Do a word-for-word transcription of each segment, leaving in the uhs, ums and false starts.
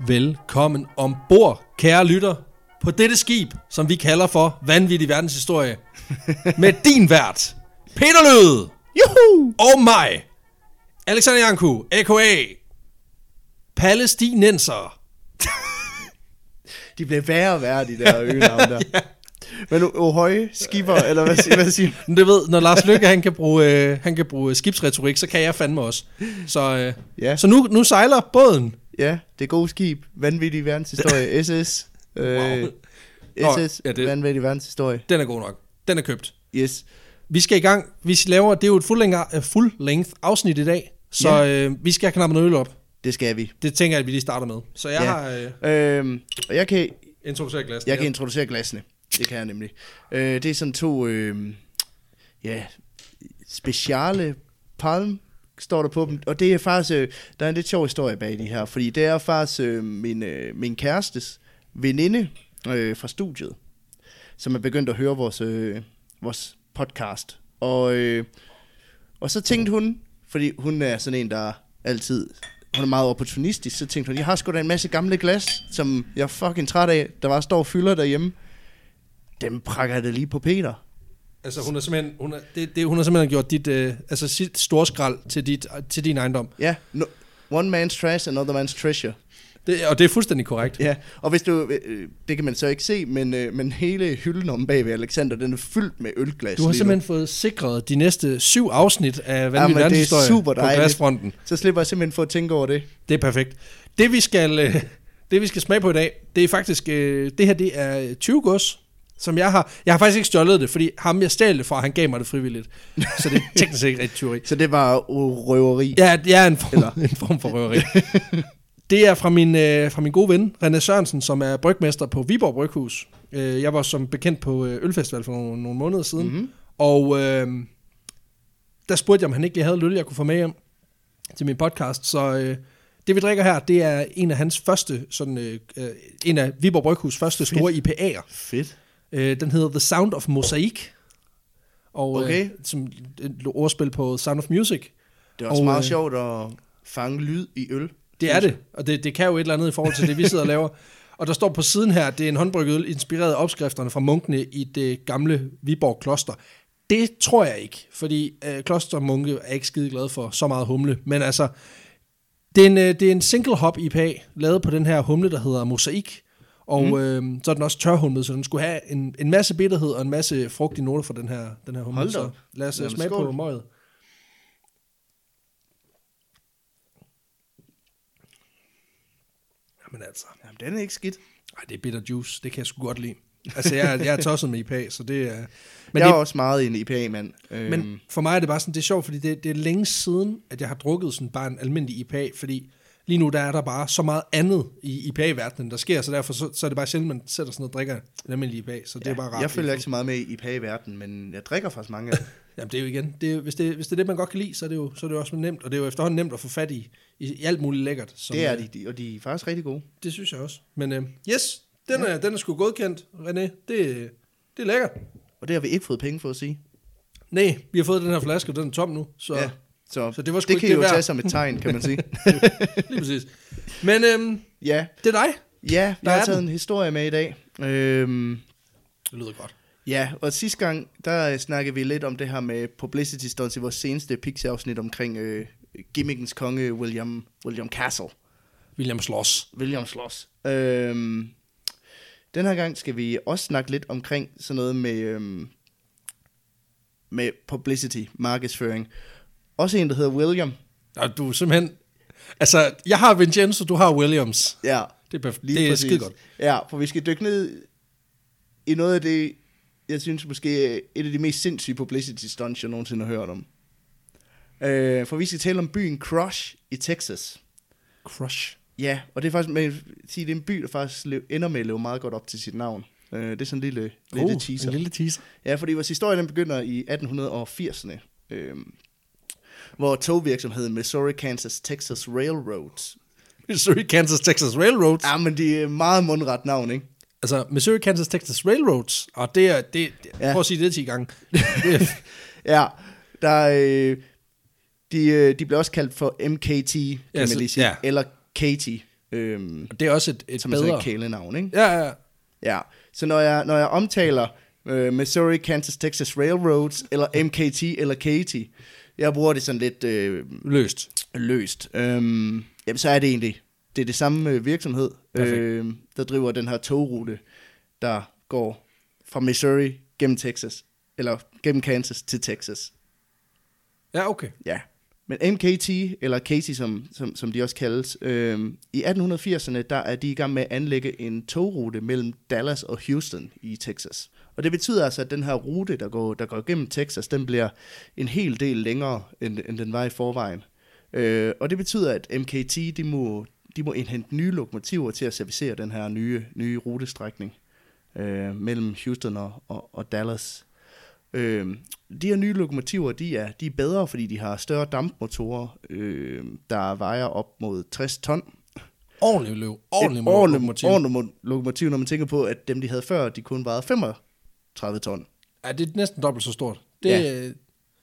velkommen ombord, kære lytter, på dette skib, som vi kalder for Vanvittig Verdenshistorie, med din vært, Peter Løde, Juhu! og mig, Alexander Janku, a k a. Palæstinenser. De blev værre og værre, de der øgenavn der. Ja. Men ohøje, skipper, eller hvad, hvad siger du? Det ved, når Lars Løkke, han kan bruge, øh, han kan bruge skibsretorik, så kan jeg fandme også. Så, øh, ja. så nu, nu sejler båden. Ja, det er god skib. Vanvittig Verdenshistorie. S S. Øh, wow. S S. Ja, det, Vanvittig Verdenshistorie. Den er god nok. Den er købt. Yes. Vi skal i gang. Vi laver, det er jo et full-length, full length afsnit i dag, så ja. øh, vi skal have knappet noget øl op. Det skal vi. Det tænker jeg, at vi lige starter med. Så jeg ja. har... Øh, øhm, og jeg kan... Introducere glassene. Jeg kan ja. introducere glassene. Det kan jeg nemlig. Øh, det er sådan to... Øh, ja... Speciale palm står der på dem. Og det er faktisk... Øh, der er en lidt sjov historie bag de her. Fordi det er faktisk øh, min, øh, min kærestes veninde øh, fra studiet, som er begyndt at høre vores, øh, vores podcast. Og, øh, og så tænkte hun... Fordi hun er sådan en, der altid... Hun er meget opportunistisk, så tænkte hun, jeg har sgu da en masse gamle glas, som jeg er fucking træt af, der bare står og fylder derhjemme. Dem prakker jeg da lige på Peter. Altså hun har simpelthen, hun har, det, det, hun har simpelthen gjort dit, øh, altså sit storskrald til, dit, til din ejendom. Ja, no, one man's trash, another man's treasure. Det, og det er fuldstændig korrekt. Ja, og hvis du, det kan man så ikke se, men, men hele hylden om bag ved Alexander, den er fyldt med ølglas. Du har simpelthen nu. fået sikret de næste syv afsnit af Vanvittig ja, Verdenshistorie på glasfronten. Så slipper jeg simpelthen for at tænke over det. Det er perfekt. Det vi skal, det vi skal smage på i dag, det er faktisk, det her det er tyve gods, som jeg har. Jeg har faktisk ikke stjålet det, fordi ham jeg stjal det fra, han gav mig det frivilligt. Så det er teknisk ikke rigtig tyveri. Så det var røveri? Ja, det er en form, en form for røveri. Det er fra min, øh, fra min gode ven, René Sørensen, som er brygmester på Viborg Bryghus. Øh, jeg var som bekendt på øh, Ølfestival for nogle, nogle måneder siden, mm-hmm. og øh, der spurgte jeg, om han ikke lige havde øl, jeg kunne få med hjem til min podcast. Så øh, det vi drikker her, det er en af hans første, sådan, øh, en af Viborg Bryghus første Fedt. store I P A'er. Fedt. Øh, den hedder The Sound of Mosaic, og okay. øh, som et ordspil på Sound of Music. Det er også og, meget øh, sjovt at fange lyd i øl. Det er det, og det, det kan jo et eller andet i forhold til det, vi sidder og laver. Og der står på siden her, det er en håndbrygget øl, inspireret af opskrifterne fra munkene i det gamle Viborg Kloster. Det tror jeg ikke, fordi øh, klostermunke er ikke skide glade for så meget humle. Men altså, det er en, det er en single hop I P A, lavet på den her humle, der hedder Mosaik. Og mm. øh, så er den også tørhumlet, så den skulle have en, en masse bitterhed og en masse frugtige noter fra den her, den her humle. Så lad os Jamen, smage skål. på møget. Men altså. Jamen, den er ikke skidt. Nej, det er bitter juice. Det kan jeg sgu godt lide. Altså, jeg, jeg er tosset med I P A, så det er... Men jeg er det, også meget en I P A-mand. Men for mig er det bare sådan, det er sjovt, fordi det, det er længe siden, at jeg har drukket sådan bare en almindelig I P A, fordi lige nu der er der bare så meget andet i I P A-verdenen, der sker, så derfor så, så er det bare sjældent, man sætter sådan noget og drikker en almindelig I P A, så ja, det er bare rart. Jeg følger ikke så meget med i I P A-verdenen, men jeg drikker faktisk mange af det. Jamen det er jo igen, det er, hvis, det, hvis det er det, man godt kan lide, så er det jo, så er det jo også nemt, og det er jo efterhånden nemt at få fat i, i, i alt muligt lækkert. Som, det er de, og de er faktisk rigtig gode. Det synes jeg også. Men uh, yes, den, ja. er, den er sgu godkendt, René. Det, det er lækkert. Og det har vi ikke fået penge for at sige. Nej, vi har fået den her flaske, og den er tom nu. Så, ja, så, så det, var sgu det ikke kan det jo værd. tage som et tegn, kan man sige. Lige præcis. Men øhm, ja. det er dig. Ja, der er taget en historie med i dag. Øhm, det lyder godt. Ja, og sidste gang, der snakkede vi lidt om det her med publicity stunts i vores seneste Pixie-afsnit omkring øh, gimmickens konge, William, William Castle. William Sloss. William Sloss. Øhm, den her gang skal vi også snakke lidt omkring sådan noget med, øhm, med publicity, markedsføring. Også en, der hedder William. Ja, du er simpelthen... Altså, jeg har Vincenzo, du har Williams. Ja. Det er, det er skide godt. Ja, for vi skal dykke ned i noget af det, jeg synes måske er et af de mest sindssyge publicity stunts, jeg nogensinde har hørt om. Øh, for vi skal tale om byen Crush i Texas. Crush? Ja, og det er faktisk, man sige, det er en by, der faktisk ender med at leve meget godt op til sit navn. Øh, det er sådan en lille, uh, lille teaser. en lille teaser. Ja, fordi vores historie den begynder i atten firserne, øh, hvor togvirksomheden Missouri, Kansas, Texas Railroads. Missouri, Kansas, Texas Railroads? Ja, men det er meget mundret navn, ikke? Altså, Missouri, Kansas, Texas Railroads, og det er, det, det ja. Prøv at sige det ti gange. Ja, der øh, de, de bliver også kaldt for M K T, kan ja, man så, lige sige, ja. eller Katie. Øhm, Og det er også et, et som bedre... Som er sådan et kælenavn, ikke? Ja, ja, ja. Ja, så når jeg, når jeg omtaler øh, Missouri, Kansas, Texas Railroads, eller M K T, eller Katy, jeg bruger det sådan lidt øh, løst. løst. Øhm, jamen, så er det egentlig, det er det samme øh, virksomhed, øh, der driver den her togrute, der går fra Missouri gennem Texas, eller gennem Kansas til Texas. Ja, okay. Ja, men M K T, eller Katy, som, som, som de også kaldes, øh, i atten firserne, der er de i gang med at anlægge en togrute mellem Dallas og Houston i Texas. Og det betyder altså, at den her rute, der går, der går gennem Texas, den bliver en hel del længere, end, end den var i forvejen. Øh, og det betyder, at M K T, de må, de må indhente nye lokomotiver til at servicere den her nye, nye rutestrækning øh, mellem Houston og, og, og Dallas. Øh, de her nye lokomotiver, de er, de er bedre, fordi de har større dampmotorer, øh, der vejer op mod tres ton. Ordentligt løb. Ordentligt lokomotiv. Ordentligt lokomotiv, når man tænker på, at dem, de havde før, de kun vejede femogtredive ton. Ja, det er næsten dobbelt så stort. Det, ja.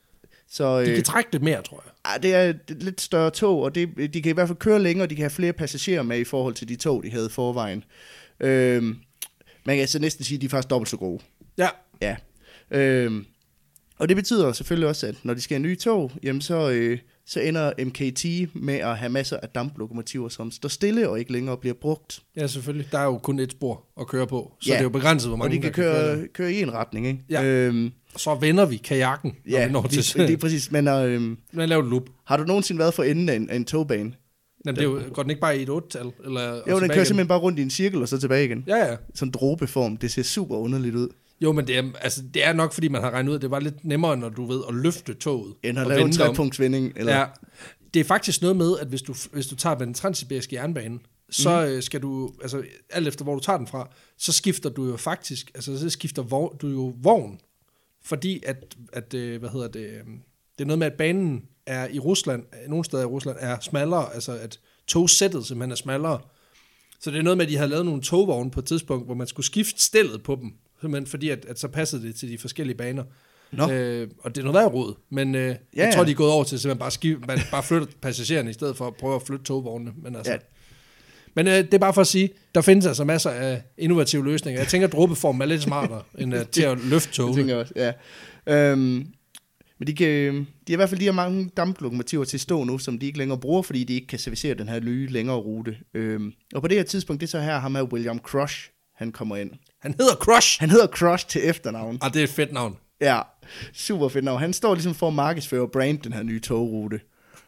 Så, de kan trække det mere, tror jeg. Ja, det er et lidt større tog, og det, de kan i hvert fald køre længere, og de kan have flere passagerer med i forhold til de tog, de havde i forvejen. Øh, man kan altså næsten sige, at de er faktisk dobbelt så gode. Ja. Ja. Øhm, og det betyder selvfølgelig også, at når de skal have nye tog, jamen så, øh, så ender M K T med at have masser af damplokomotiver, som står stille og ikke længere bliver brugt. Ja, selvfølgelig. Der er jo kun et spor at køre på, så ja. det er jo begrænset, hvor mange og de kan køre, kan køre, køre i en retning, ikke? Ja. Øhm, så vender vi kajakken, når ja, vi når til. det, det er præcis. Men øhm, man laver et loop. Har du nogensinde været for enden af en, af en togbane? Jamen, det er jo, går den ikke bare i et otte-tal? Eller, jo, den kører igen? Simpelthen bare rundt i en cirkel og så tilbage igen. Ja, ja. Sådan en dråbeform. Det ser super underligt ud. Jo, men det er, altså, det er nok, fordi man har regnet ud, at det var lidt nemmere, når du ved at løfte toget. End at lave en trepunktsvending. Eller? Ja, det er faktisk noget med, at hvis du, hvis du tager den transsibiriske jernbane, så mm. skal du, altså alt efter hvor du tager den fra, så skifter du jo faktisk, altså så skifter vogn, du jo vogn, fordi at, at, hvad hedder det, det er noget med, at banen er i Rusland, nogle steder i Rusland, er smallere, altså at togsættet simpelthen er smallere. Så det er noget med, at de havde lavet nogle togvogne på et tidspunkt, hvor man skulle skifte stillet på dem, simpelthen fordi, at, at så passede det til de forskellige baner. No. Øh, og det er noget værd råd, men øh, ja, jeg tror, de er gået over til simpelthen bare, skive, man bare flytter passagererne, i stedet for at prøve at flytte togvognene. Men, altså. ja. men øh, det er bare for at sige, der findes altså masser af innovative løsninger. Jeg tænker, at dråbeformen er lidt smartere, end uh, til at løfte toget. Det tænker jeg også, ja. Øhm, men de, kan, de har i hvert fald de her mange damplokomotiver til stå nu, som de ikke længere bruger, fordi de ikke kan servicere den her nye længere rute. Øhm, og på det her tidspunkt, det er så her, ham er William Crush, han kommer ind. Han hedder Crush? Han hedder Crush til efternavn. Ah, det er et fedt navn. Ja, super fedt navn. Han står ligesom for at markedsføre og brand den her nye togrute.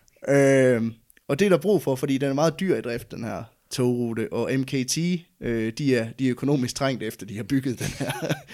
Øhm, og det er der brug for, fordi den er meget dyr i drift, den her togrute. Og M K T, øh, de, er, de er økonomisk trængt efter, de har bygget den her.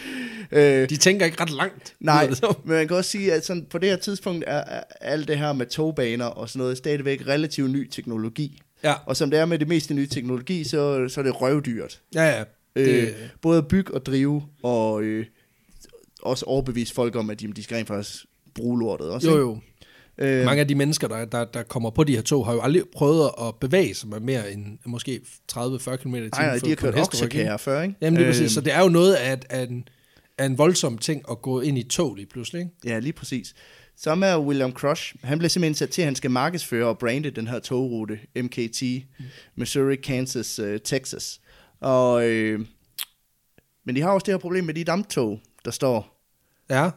øh, de tænker ikke ret langt. Nej, men man kan også sige, at sådan, på det her tidspunkt er, er alt det her med togbaner og sådan noget stadigvæk relativt ny teknologi. Ja. Og som det er med det meste nye teknologi, så, så er det røvdyrt. Ja, ja. Det... Øh, både at bygge og drive, og øh, også overbevise folk om, at de, de skal rent faktisk bruge lortet også. Jo, jo. Øh, Mange af de mennesker, der, der, der kommer på de her tog, har jo aldrig prøvet at bevæge sig med mere end måske tredive til fyrre kilometer i timen. Nej, de har kørt oksekære før, ikke? Jamen lige øh, præcis, så det er jo noget af, af, en, af en voldsom ting at gå ind i tog lige pludselig, ikke? Ja, lige præcis. Så er William Crush, han blev simpelthen sat til, at han skal markedsføre og brande den her togrute, M K T, mm. Missouri, Kansas, uh, Texas. Og, øh, men de har også det her problem med de damptog, der står. Ja.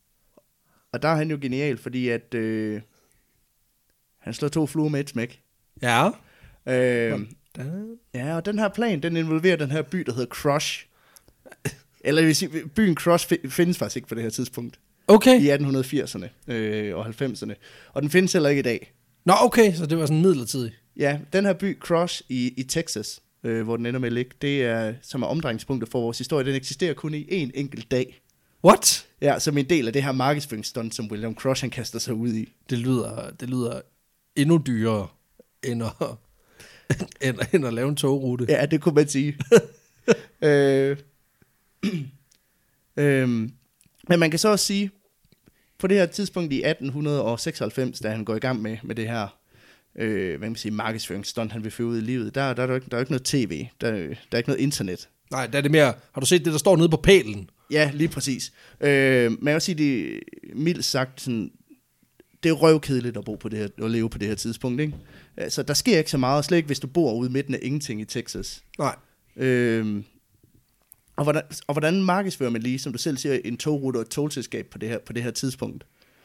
Og der er han jo genial, fordi at øh, han slår to fluer med et smæk. Ja. Øh, ja, og den her plan, den involverer den her by, der hedder Crush. Eller jeg vil sige, byen Crush findes faktisk ikke på det her tidspunkt. Okay. I atten firserne øh, og halvfemserne. Og den findes heller ikke i dag. Nå, okay, så det var sådan midlertidigt. Ja, den her by Crush i, i Texas, øh, hvor den ender med at ligge, det er, som er omdrejningspunktet for vores historie, den eksisterer kun i en enkelt dag. What? Ja, som en del af det her markedsføringsstunt, som William Crush han kaster sig ud i. Det lyder, det lyder endnu dyrere, end at, end, end at lave en togrute. Ja, det kunne man sige. øh, øh, men man kan så også sige, på det her tidspunkt i atten seksoghalvfems, da han går i gang med, med det her øh, hvad kan man sige, markedsføringsstunt, han vil føre ud i livet, der, der, er der, ikke, der er ikke noget tv, der, der er ikke noget internet. Nej, der er det mere, har du set det, der står nede på pælen? Ja, lige præcis. Øh, man kan også sige, det mildt sagt, sådan, det er røvkedeligt at bo på det her, at leve på det her tidspunkt, ikke? Altså, der sker ikke så meget, slet ikke hvis du bor ude midten af ingenting i Texas. Nej. Øhm, og, hvordan, og hvordan markedsfører man lige, som du selv siger, en togrute og et togselskab på det her, på det her tidspunkt?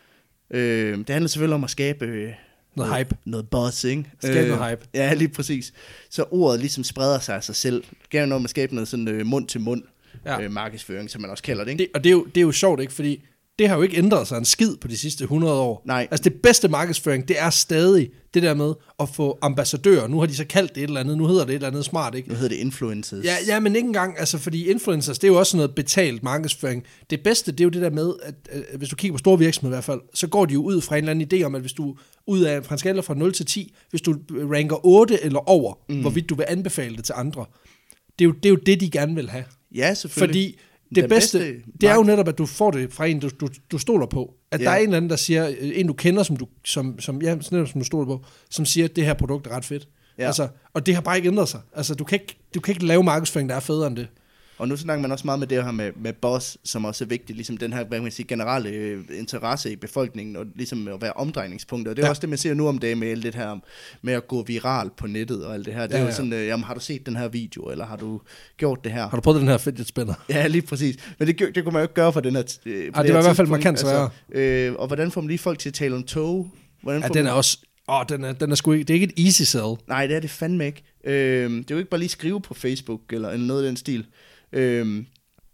Øhm, det handler selvfølgelig om at skabe øh, noget, noget hype. Noget buzz, ikke? Skabe noget hype. Ja, lige præcis. Så ordet ligesom spreder sig af sig selv. Gerne noget med at skabe noget sådan øh, mund-til-mund ja. øh, markedsføring, som man også kalder det, ikke? Det, og det er, jo, det er jo sjovt, ikke? Fordi det har jo ikke ændret sig en skid på de sidste hundrede år. Nej. Altså det bedste markedsføring, det er stadig det der med at få ambassadører. Nu har de så kaldt det et eller andet, nu hedder det et eller andet smart, ikke? Nu hedder det influencers. Ja, ja, men ikke engang, altså fordi influencers, det er jo også noget betalt markedsføring. Det bedste, det er jo det der med, at, at hvis du kigger på store virksomheder i hvert fald, så går de jo ud fra en eller anden idé om, at hvis du ud af fra en skala fra nul til ti, hvis du ranker otte eller over, mm. hvorvidt du vil anbefale det til andre. Det er jo det, er jo det de gerne vil have. Ja, selvfølgelig. Fordi det bedste, bedste, det er jo netop, at du får det fra en, du, du, du stoler på. At yeah. der er en eller anden, der siger, en du kender, som du, som, som, ja, netop, som du stoler på, som siger, at det her produkt er ret fedt. Yeah. Altså, og det har bare ikke ændret sig. Altså, du kan ikke, du kan ikke lave markedsføring, der er federe end det. Og nu snakker man også meget med det her med, med boss, som også er vigtigt, ligesom den her, hvad man siger, generelle øh, interesse i befolkningen, og ligesom at være omdrejningspunkter. Og det er ja. også det, man ser nu om dagen med alt det her, med at gå viral på nettet og alt det her. Det er ja, ja. jo sådan, øh, jamen, har du set den her video, eller har du gjort det her? Har du prøvet den her fidget spinner? Ja, lige præcis. Men det, det kunne man jo ikke gøre for den her øh, ja, det var i hvert fald markant sværere. Altså, øh, og hvordan får man lige folk til at tale om tog? Hvordan ja, den er man... også... Åh, oh, den er, den er sgu ikke... Det er ikke et easy sell. Nej, det er det fandme ikke. Øh, det er jo ikke bare lige skrive på Facebook, eller, eller noget af den stil. Øh,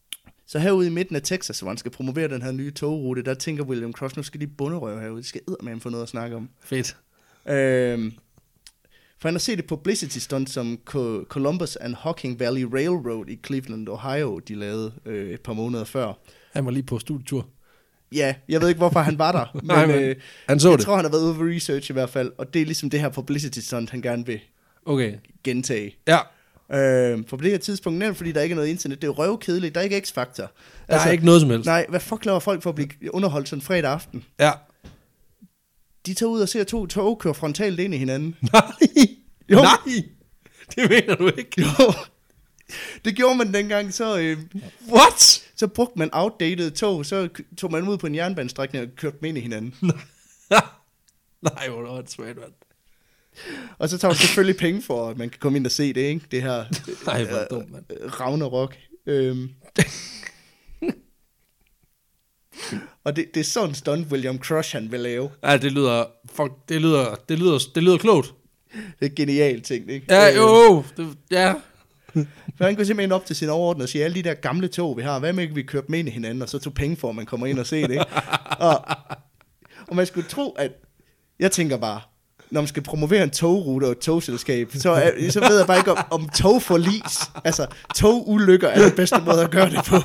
Så herude i midten af Texas, hvor han skal promovere den her nye togrute, der tænker William Cross, nu skal de bunderøve herude. De skal eddermame få noget at snakke om. Fedt. Øhm, for han har set et publicity stunt, som Columbus and Hocking Valley Railroad i Cleveland, Ohio, de lavede øh, et par måneder før. Han var lige på studietur. Ja, jeg ved ikke, hvorfor han var der. men, Nej, men øh, han så jeg det. tror, han har været ude for research i hvert fald. Og det er ligesom det her publicity stunt, han gerne vil okay. gentage. Ja. Øh, for på det her tidspunkt, netop fordi der ikke er noget internet, det er jo røvkedeligt, der er ikke X-faktor. Der altså, er ikke noget som helst. Nej, hvad fuck laver folk for at blive underholdt sådan fredag aften? Ja. De tager ud og ser to tog køre frontalt ind i hinanden. Nej, jo. Nej, det mener du ikke. Jo, det gjorde man dengang, så... Øh, What? Så brugte man outdated tog, så tog man ud på en jernbanestrækning og kørte dem ind i hinanden. Nej, hvor er det svært, mand. Og så tager man selvfølgelig penge for, at man kan komme ind og se det, ikke? Det her... Nej, hvor er det dumt, mand. Ragnarok. Øhm. Og det, det er sådan en stunt, William Crush, han vil lave. Ja, det lyder, fuck, det lyder, det lyder, det lyder klogt. Det er genialt ting, ikke? Ja, jo, det, ja. For han går simpelthen op til sin overordnede og siger, alle de der gamle tog, vi har, hvad med ikke vi kører dem ind i hinanden, og så tog penge for, at man kommer ind og ser det, ikke? og, og man skulle tro, at... Jeg tænker bare, når man skal promovere en togrute og et togselskab, så, er, så ved jeg bare ikke, om, om togforlis, altså togulykker er den bedste måde at gøre det på.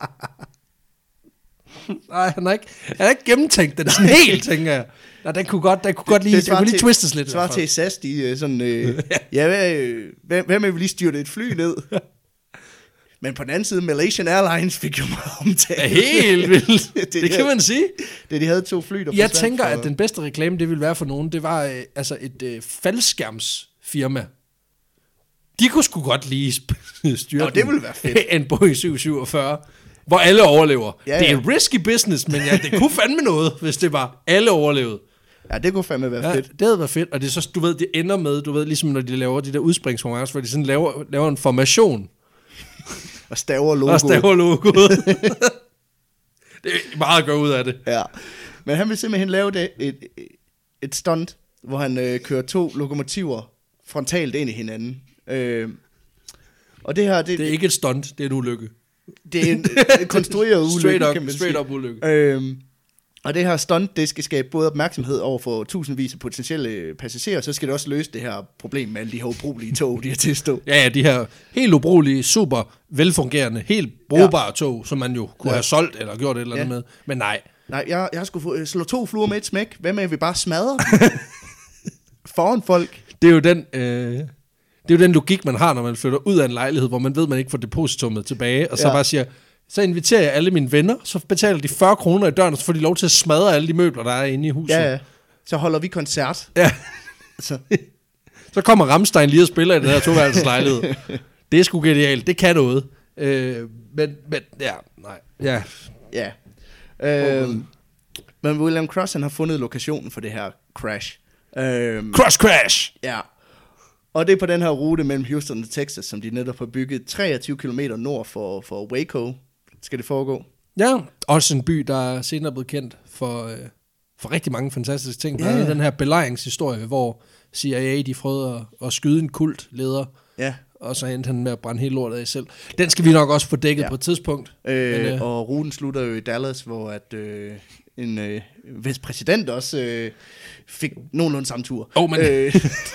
Nej, han har ikke, han har ikke gennemtænkt den sådan helt, tænker jeg. Nej, den kunne godt, den kunne godt lige, det, det kunne lige til, twistes lidt. Det svarer til S A S, de sådan, øh, ja, hvad, hvad, hvad med vi lige styrte et fly ned? Men på den anden side, Malaysian Airlines fik jo meget omtalt. Ja, helt vildt. det, det kan man sige. Det, de havde to fly, der jeg tænker, for... at den bedste reklame, det ville være for nogen, det var øh, altså et øh, faldskærmsfirma. De kunne sgu godt lige styre Nå, det ville være fedt. En Boeing syv syvogfyrre, hvor alle overlever. Ja, ja. Det er en risky business, men ja, det kunne fandme noget, hvis det var alle overlevede. Ja, det kunne fandme være ja, fedt. Det havde været fedt, og det er så, du ved, det ender med, du ved, ligesom når de laver de der udspringskonkurrencer, hvor de sådan laver, laver en formation. Og staver logoet. Og staver logoet. Det er meget at gøre ud af det. Ja, men han vil simpelthen lave det, et, et stunt, hvor han øh, kører to lokomotiver frontalt ind i hinanden. Øh, og det her... Det, det er ikke et stunt, det er en ulykke. Det er en, en konstrueret ulykke, straight up, kan man straight sige. up ulykke. Øh, og det her stunt, det skal skabe både opmærksomhed over for tusindvis af potentielle passagerer, så skal det også løse det her problem med alle de her ubrugelige tog, de har tilstå. Ja, ja, de her helt ubrugelige, super velfungerende, helt brugbare ja. tog, som man jo kunne ja. have solgt eller gjort et eller andet ja. med. Men nej. Nej, jeg, jeg skulle slå to fluer med et smæk. Hvad med, at vi bare smadrer foran folk? Det er jo den... Øh Det er jo den logik, man har, når man flytter ud af en lejlighed, hvor man ved, man ikke får depositummet tilbage, og så ja. bare siger, så inviterer jeg alle mine venner, så betaler de fyrre kroner i døren, og så får de lov til at smadre alle de møbler, der er inde i huset. Ja, ja. Så holder vi koncert. Ja. så. så kommer Rammstein lige og spiller i den her toværelseslejlighed. Det er sgu genialt, det kan noget. Øh, men, men, ja, nej. Ja. Ja. Øh, Men William Cross, han har fundet lokationen for det her crash. Øhm, Cross crash! Ja. Og det er på den her rute mellem Houston og Texas, som de netop har bygget treogtyve kilometer nord for, for Waco. Skal det foregå? Ja, også en by, der er senere blevet kendt for, øh, for rigtig mange fantastiske ting. Ja, ja. Den her belejringshistorie, hvor C I A de prøvede at, at skyde en kultleder, Ja. og så endte han med at brænde hele lortet af selv. Den skal vi nok også få dækket ja. på et tidspunkt. Øh, Men, øh, og ruten slutter jo i Dallas, hvor at, øh, en øh, hvis præsident også øh, fik nogenlunde samme tur. Oh, men... Øh,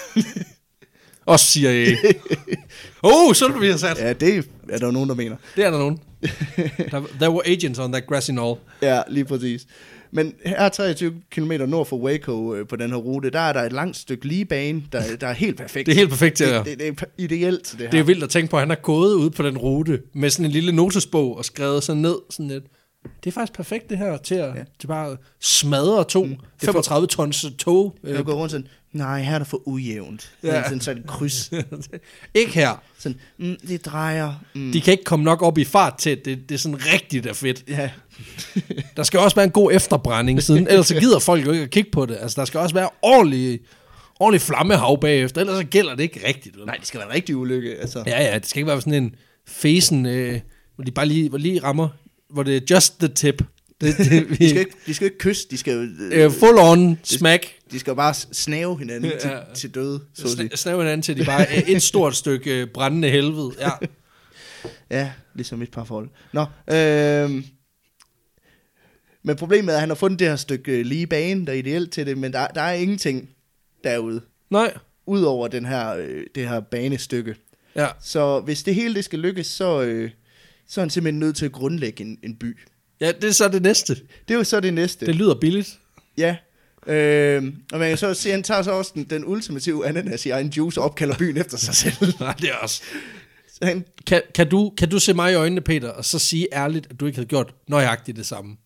også C I A. Åh, oh, sådan du vi har sat. ja, det er der nogen, der mener. Det er der nogen. Der, there were agents on that grassy knoll. Ja, lige præcis. Men her treogtyve kilometer nord for Waco øh, på den her rute, der er der et langt stykke lige bane, der, der er helt perfekt. Det er helt perfekt til det, at... det, det er ideelt til det her. Det er vildt at tænke på, at han har gået ud på den rute med sådan en lille notesbog og skrevet sådan ned sådan lidt. Det er faktisk perfekt det her til at ja. til bare at smadre to mm, femogtrøve tons tog. Jeg går rundt sådan, nej, her er det for ujævnt. Ja. Sådan, sådan et kryds. Ikke her. Sådan, mm, det drejer. Mm. De kan ikke komme nok op i fart til, at det, det er sådan rigtigt er fedt. Ja. Der skal også være en god efterbrænding siden, ellers så gider folk jo ikke at kigge på det. Altså, der skal også være ordentlig, ordentlig flammehav bagefter, ellers så gælder det ikke rigtigt. Nej, det skal være en rigtig ulykke. Altså. Ja, ja, det skal ikke være sådan en fesen, øh, hvor de bare lige, hvor lige rammer, hvor det er just the tip. Det, det, vi, de, skal ikke, de skal ikke kysse, de skal jo... Øh, full on smack. De skal jo bare snave hinanden ja, til, til døde. Så Sna- snave hinanden til de bare er et stort stykke øh, brændende helvede. Ja. Ja, ligesom et par forhold. Nå, øh, men problemet er, at han har fundet det her stykke lige bane, der er ideelt til det, men der, der er ingenting derude. Nej. Udover den her, øh, det her banestykke. Ja. Så hvis det hele det skal lykkes, så, øh, så er han simpelthen nødt til at grundlægge en, en by. Ja, det er så det næste. Det er jo så det næste. Det lyder billigt. Ja. Øh, og man kan så se, at han tager så også den, den ultimative ananas i egen juice og opkalder byen efter sig selv. Nej, det er også... Han, kan, kan, du, kan du se mig i øjnene, Peter, og så sige ærligt, at du ikke havde gjort nøjagtigt det samme?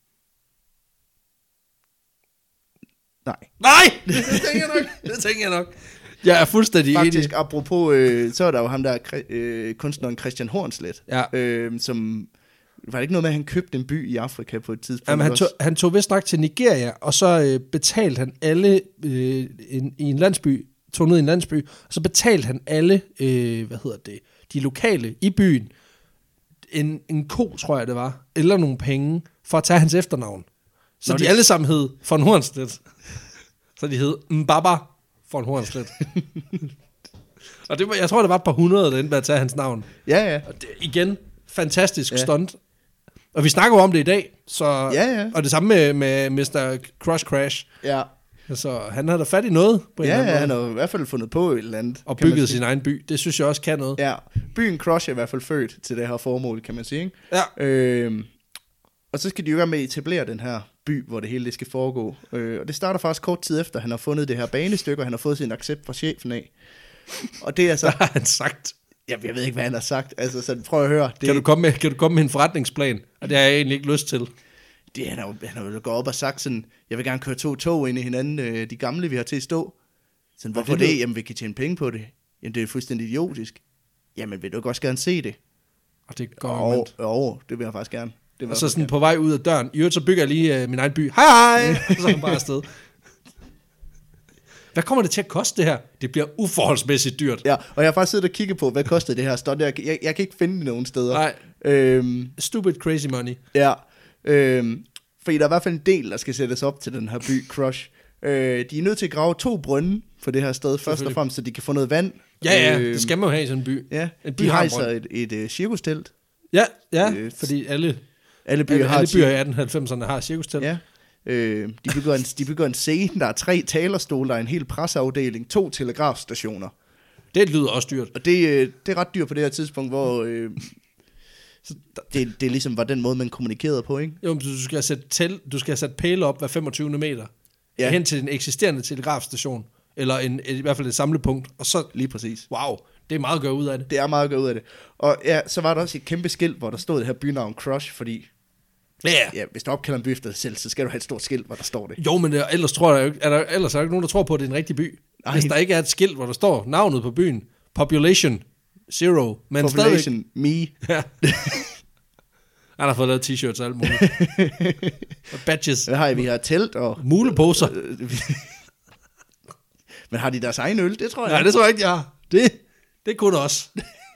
Nej. Nej! Det tænker jeg nok. Det tænker jeg nok. Jeg er fuldstændig enig. Faktisk, apropos, øh, så er der jo ham der, øh, kunstneren Christian Hornslet, ja. øh, som... Var det ikke noget med, at han købte en by i Afrika på et tidspunkt? Jamen, han, tog, han tog vist nok til Nigeria, og så øh, betalte han alle øh, en, i en landsby, tog ned i en landsby, og så betalte han alle, øh, hvad hedder det, de lokale i byen, en, en ko, tror jeg det var, eller nogle penge, for at tage hans efternavn. Så Nå, de det... alle sammen hed von Hornstedt. Så de hed Mbaba von Hornstedt. Og det var, jeg tror, det var et par hundrede, der endte med at tage hans navn. Ja, ja. Og det, igen, fantastisk ja. stunt. Og vi snakker jo om det i dag, så, ja, ja. og det samme med, med mister Cross Crash. Ja. Så han havde da fat i noget. På en ja, eller anden ja, han har i hvert fald fundet på et eller andet. Og bygget sin egen by. Det synes jeg også kan noget. Ja, byen Crush er i hvert fald født til det her formål, kan man sige. Ikke? Ja. Øhm, og så skal de jo være med at etablere den her by, hvor det hele det skal foregå. Øh, og det starter faktisk kort tid efter, han har fundet det her banestykke, og han har fået sin accept fra chefen af. Og det er så... Hvad har han sagt? Jamen, jeg ved ikke, hvad han har sagt. Altså, så prøv at høre. Det... Kan, du komme med, kan du komme med en forretningsplan? Og det har jeg egentlig ikke lyst til. Det, han, har jo, han har jo gået op og sagt sådan, jeg vil gerne køre to tog ind i hinanden, øh, de gamle, vi har til at stå. Sådan, hvorfor det? det? Jamen, vi kan tjene penge på det. Jamen, det er fuldstændig idiotisk. Jamen, vil du også gerne se det? Og det går jo, jo, det vil jeg faktisk gerne. Det vil og så sådan gerne. På vej ud af døren. I øvrigt, så bygger jeg lige øh, min egen by. Hej, hej! Og så er han bare afsted. Hvad kommer det til at koste det her? Det bliver uforholdsmæssigt dyrt. Ja, og jeg har faktisk siddet og kigget på, hvad kostede det her stunt. Jeg, jeg, jeg kan ikke finde det nogen steder. Nej. Øhm, Stupid crazy money. Ja. Øhm, fordi der er i hvert fald en del, der skal sættes op til den her by, Crush. Øh, de er nødt til at grave to brønde for det her sted, først og fremmest, så de kan få noget vand. Ja, ja, øh, det skal man jo have i sådan en by. Ja, en de hejser et, et, et cirkustelt. Ja, ja, øh, fordi alle, alle byer, alle, har alle byer i atten halvfemserne har cirkustelt. Ja. Øh, de, bygger en, de bygger en scene, der er tre talerstole, der er en hel presseafdeling, to telegrafstationer. Det lyder også dyrt. Og det, det er ret dyrt på det her tidspunkt, hvor øh, det, det ligesom var den måde, man kommunikerede på, ikke? Jo, men du skal sætte, tel, du skal sætte pæle op hver femogtyvende meter. Ja. Hen til en eksisterende telegrafstation. Eller en, i hvert fald et samlepunkt. Og så lige præcis. Wow, det er meget at gøre ud af det. Det er meget at gøre ud af det. Og ja, så var der også et kæmpe skilt, hvor der stod det her bynavn Crush, fordi... Yeah. Ja, hvis du opkalder en by efter dig selv, så skal du have et stort skilt, hvor der står det. Jo, men ellers, tror jeg, er der, ellers er der ikke nogen, der tror på, at det er en rigtig by. Nej. Hvis der ikke er et skilt, hvor der står navnet på byen. Population Zero. Men Population stadig... Me. Ja. Han har fået lavet t-shirts og alt muligt. Og badges. Hvad har I? Vi har telt og... Muleposer. Men har de deres egen øl? Det tror jeg. Nej, det tror jeg ikke, jeg har. Det, det kunne det også.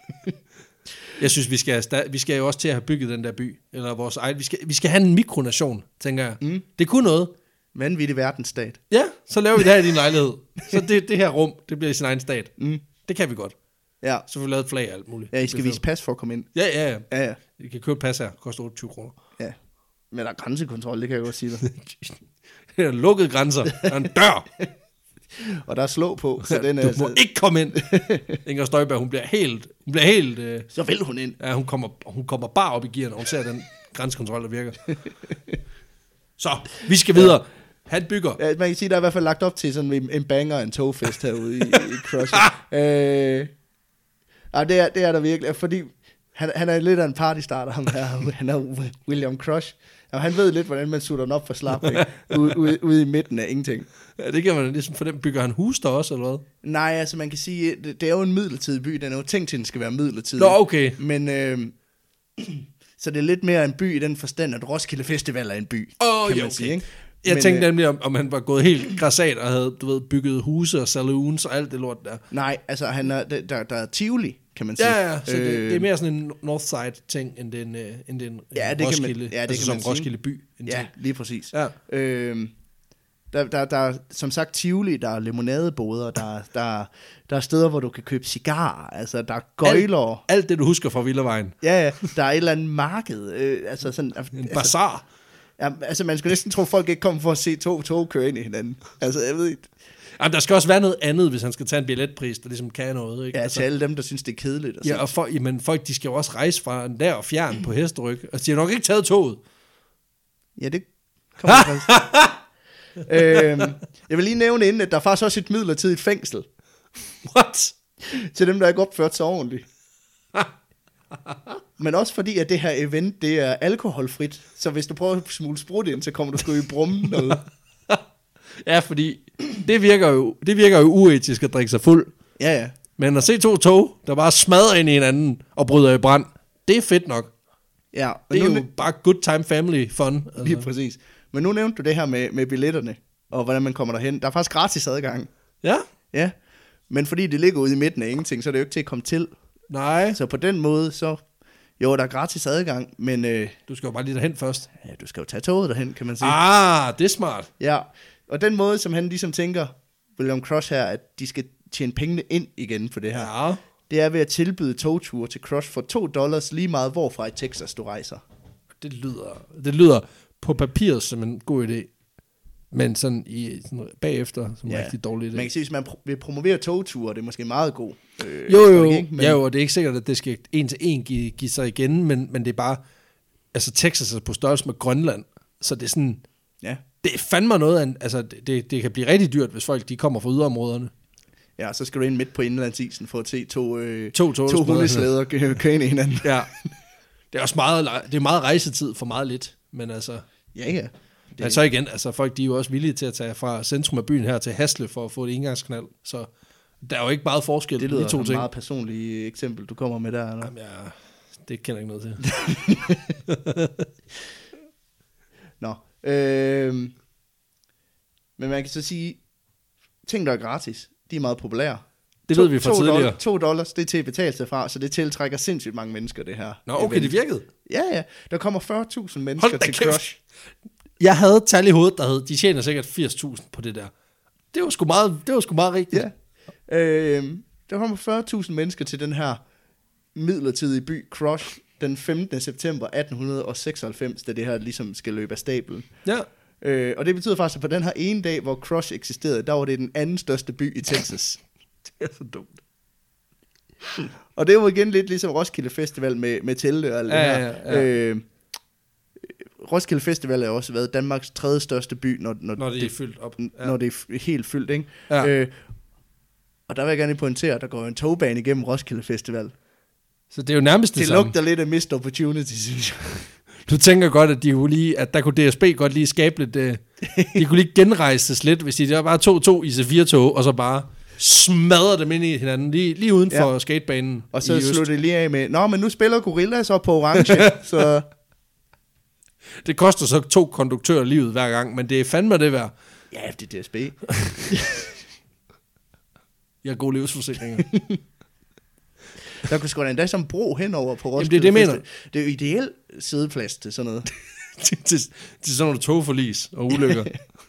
Jeg synes, vi skal, vi skal jo også til at have bygget den der by. Eller vores egen. Vi skal, vi skal have en mikronation, tænker jeg. Mm. Det kunne noget. Vanvittig verdensstat. Ja, så laver vi det her i din lejlighed. Så det, det her rum, det bliver i sin egen stat. Mm. Det kan vi godt. Ja. Så får vi lavet et flag og alt muligt. Ja, I skal vise pas for at komme ind. Ja, ja, ja. ja, ja. I kan købe et pas her. Det koster otteogtyve kroner. Ja. Men der er grænsekontrol, det kan jeg godt sige dig. Det er lukkede grænser. Der er en dør. Og der er slå på. Så den du er, må så... ikke komme ind. Inger Støjberg, hun bliver helt... Hun bliver helt øh... Så vil hun ind. Ja, hun kommer, hun kommer bare op i gearen, når hun ser den grænsekontrol, der virker. Så, vi skal videre. Ja. Han bygger. Ja, man kan sige, der er i hvert fald lagt op til sådan en banger, en togfest herude i, i Crush. øh, ja, det, er, det er der virkelig, fordi han, han er lidt af en partystarter, ham her, han er William Crush. Ja, han ved lidt, hvordan man sutter den op for slap, ude, ude, ude i midten af ingenting. Ja, det kan man ligesom for dem. Bygger han hus der også, eller hvad? Nej, altså man kan sige, det, det er jo en midlertidig by, den er jo tænkt til, at den skal være midlertidig. Nå, okay. Men... Øh, så det er lidt mere en by i den forstand, at Roskilde Festival er en by, oh, kan ja, man okay. sige, ikke? Jeg Men, tænkte øh, nemlig, om, om han var gået helt græsat og havde, du ved, bygget huse og saloons og alt det lort der. Nej, altså han er, der, der er Tivoli, kan man sige. Ja, ja, så øh, det, det er mere sådan en Northside ting, end den, øh, end den ja, det Roskilde, kan man, ja, det altså kan man som Roskilde by. Ja, ting. Lige præcis. Ja. Øh, der, der, der er som sagt Tivoli, der er limonadeboder, der, der, der er steder, hvor du kan købe cigarer, altså der er gøjler. Alt, alt det, du husker fra Villavejen. Ja, ja, der er et eller andet marked. Øh, altså sådan, en altså, bazar. Ja, altså man skulle næsten tro, at folk ikke kommer for at se to tog køre ind i hinanden. Altså, jeg ved ikke. Jamen, der skal også være noget andet, hvis han skal tage en billetpris, der ligesom kan noget, ikke? Ja, altså, til alle dem, der synes, det er kedeligt. Og ja, og for, jamen, folk, de skal jo også rejse fra der og fjern på hesteryg. Altså, de har nok ikke taget toget. Ja, det kommer faktisk. øhm, jeg vil lige nævne inden, at der er faktisk også et midlertidigt fængsel. What? Til dem, der ikke opført sig ordentligt. Men også fordi, at det her event, det er alkoholfrit. Så hvis du prøver at smule sprut ind, så kommer du sgu i brummen noget. Ja, fordi det virker jo, det virker jo uetisk at drikke sig fuld. Ja, ja. Men at se to tog, der bare smadrer ind i hinanden og bryder i brand, det er fedt nok. Ja, det er nu, jo bare good time family fun. Altså. Lige præcis. Men nu nævnte du det her med, med billetterne, og hvordan man kommer derhen. Der er faktisk gratis adgang. Ja? Ja. Men fordi det ligger ude i midten af ingenting, så er det jo ikke til at komme til. Nej. Så på den måde, så... Jo, der er gratis adgang, men... Øh, du skal jo bare lige derhen først. Ja, du skal jo tage toget derhen, kan man sige. Ah, det er smart. Ja, og den måde, som han ligesom tænker, William Crush her, at de skal tjene pengene ind igen på det her, ja. Det er ved at tilbyde togture til Crush for to dollars lige meget, hvorfra i Texas du rejser. Det lyder, det lyder på papiret som en god idé, men sådan, i, sådan bagefter som en ja. rigtig dårlig idé. Man kan sige, hvis man pro- vil promovere togture, det er måske meget god. Øh, jo, jo, ikke, men... ja, jo, og det er ikke sikkert, at det skal en til en give, give sig igen, men, men det er bare, altså Texas er på størrelse med Grønland, så det er sådan, ja. Det er fandme noget af, altså det, det kan blive rigtig dyrt, hvis folk de kommer fra yderområderne. Ja, så skal du ind midt på indlandsisen for at se to, øh, to, to, to hundeslæder køre ind i hinanden. Ja, det er også meget, det er meget rejsetid for meget lidt, men altså... Ja, ja. Det... Men så igen, altså folk de er jo også villige til at tage fra centrum af byen her til Hasle for at få et indgangsknald, så der er jo ikke meget forskel det lyder de to ting. Det lyder et meget personligt eksempel, du kommer med der. Eller? Jamen, ja, det kender jeg ikke noget til. Nå, øh, men man kan så sige, ting der er gratis, de er meget populære. Det to, ved vi fra to tidligere. Dollars, to dollars, det er til at betale sig fra, så det tiltrækker sindssygt mange mennesker, det her. Nå, okay, event. Det virkede. Ja, ja. Der kommer fyrre tusind mennesker til kæft. Crush. Jeg havde et tal i hovedet, der hed, de tjener sikkert firs tusind på det der. Det var sgu meget, det var sgu meget rigtigt. Ja. Øh, der kommer fyrre tusind mennesker til den her midlertidige by Crush den femtende september atten seksoghalvfems, da det her ligesom skal løbe af stablen. Ja. Øh, og det betyder faktisk, at på den her ene dag, hvor Crush eksisterede, der var det den anden største by i Texas. Det er så dumt. Og det var igen lidt ligesom Roskilde Festival med, med telte og alt ja, det her. Ja, ja. Øh, Roskilde Festival har også været Danmarks tredje største by, når, når, når det, det er fyldt op. Ja. Når det er helt fyldt, ikke? Ja. Øh, og der vil jeg gerne pointere, at der går en togbane igennem Roskilde Festival. Så det er jo nærmest det, det samme. Det lugter lidt af missed opportunity, synes jeg. Du tænker godt, at, de kunne lige, at der kunne D S B godt lige skabe lidt... Uh, de kunne lige genrejses lidt, hvis de der bare tog to I C fire tog, og så bare smadrer dem ind i hinanden, lige, lige uden for ja. skatebanen. Og så slog det lige af med, nå, men nu spiller Gorillas op på orange, så... det koster så to konduktører livet hver gang, men det er fandme det værd. Ja, det er D S B. Jeg har gode livsforsikringer. Der kunne sgu da endda som bro henover på Roskilde. Jamen, det er det, mener. Det er jo ideelt sædeplads til sådan noget. til, til, til sådan nogle togforlis og ulykker.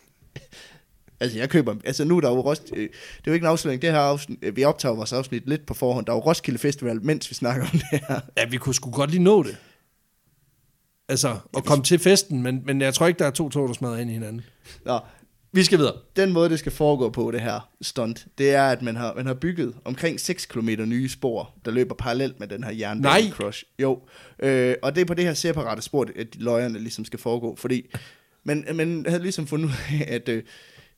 Altså, jeg køber... Altså, nu er der jo Roskilde... Det er jo ikke en afslutning. Det her afsnit, vi optager vores afsnit lidt på forhånd. Der er jo Roskilde Festival, mens vi snakker om det her. Ja, vi kunne sgu godt lige nå det. Altså, at komme til festen, men, men jeg tror ikke, der er to tog, der smadrer ind i hinanden. Nå, vi skal videre. Den måde, det skal foregå på, det her stunt, det er, at man har, man har bygget omkring seks kilometer nye spor, der løber parallelt med den her jernbane-crush. Jo, øh, og det er på det her separate spor, at løjerne ligesom skal foregå, fordi man, man havde ligesom fundet ud af, at, øh,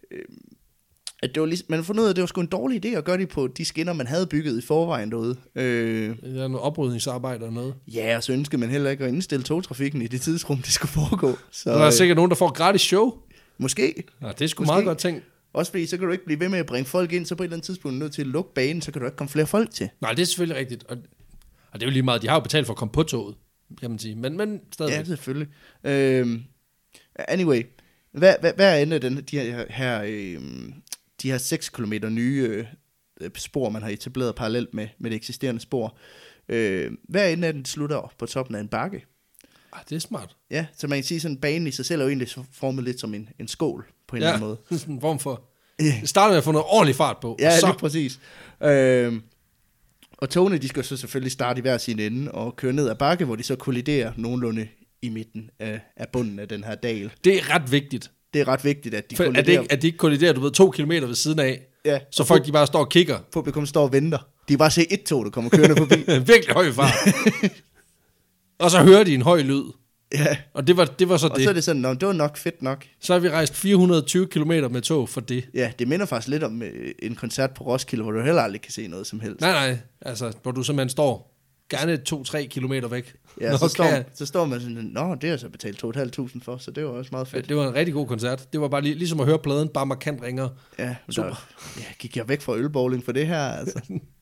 at det var ligesom, man havde fundet ud af, at det var sgu en dårlig idé at gøre det på de skinner, man havde bygget i forvejen derude. Øh, det er noget oprydningsarbejde og noget. Ja, og så ønskede man heller ikke at indstille togtrafikken i det tidsrum, det skulle foregå. Så, der er sikkert nogen, der får gratis show. Måske. Ja, det er sgu Måske. meget godt tænkt. Også fordi, så kan du ikke blive ved med at bringe folk ind, så på et eller andet tidspunkt er du nødt til at lukke banen, så kan du ikke komme flere folk til. Nej, det er selvfølgelig rigtigt. Og, og det er jo lige meget, de har jo betalt for at komme på toget, kan man sige. Men, men stadig. Ja, selvfølgelig. Øhm, anyway, hvad, hvad, hvad er ende af den, de her, her, øhm, de her seks kilometer nye øh, spor, man har etableret parallelt med, med det eksisterende spor? Øh, hvad ende af den slutter på toppen af en bakke? Ah, det er smart. Ja, så man kan sige, sådan banen i sig selv er jo egentlig formet lidt som en, en skål, på en ja, eller anden måde. Ja, sådan en form for... Det starter med at få noget ordentlig fart på. Ja, og så... lige præcis. Øhm, og togene, de skal så selvfølgelig starte i hver sin ende og køre ned ad bakke, hvor de så kolliderer nogenlunde i midten af, af bunden af den her dal. Det er ret vigtigt. Det er ret vigtigt, at de for, kolliderer. At, det ikke, at de ikke kolliderer, du ved, to kilometer ved siden af. Ja, så folk, de bare står og kigger. Publikum står og venter. De kan bare se et tog, der kommer kørende forbi. Virkelig høj fart. Og så hører de en høj lyd. Ja. Og det var, det var så og det. Og så er det sådan, det var nok fedt nok. Så har vi rejst fire hundrede og tyve kilometer med tog for det. Ja, det minder faktisk lidt om øh, en koncert på Roskilde, hvor du heller aldrig kan se noget som helst. Nej, nej, altså, hvor du simpelthen står gerne to til tre kilometer væk. Ja, Nå, så, står, jeg... så står man sådan, nå, det har så betalt to tusind fem hundrede for, så det var også meget fedt. Ja, det var en rigtig god koncert. Det var bare lige, ligesom at høre pladen, bare markant ringere. Ja, super. Der, ja, gik jeg væk fra ølbowling for det her, altså.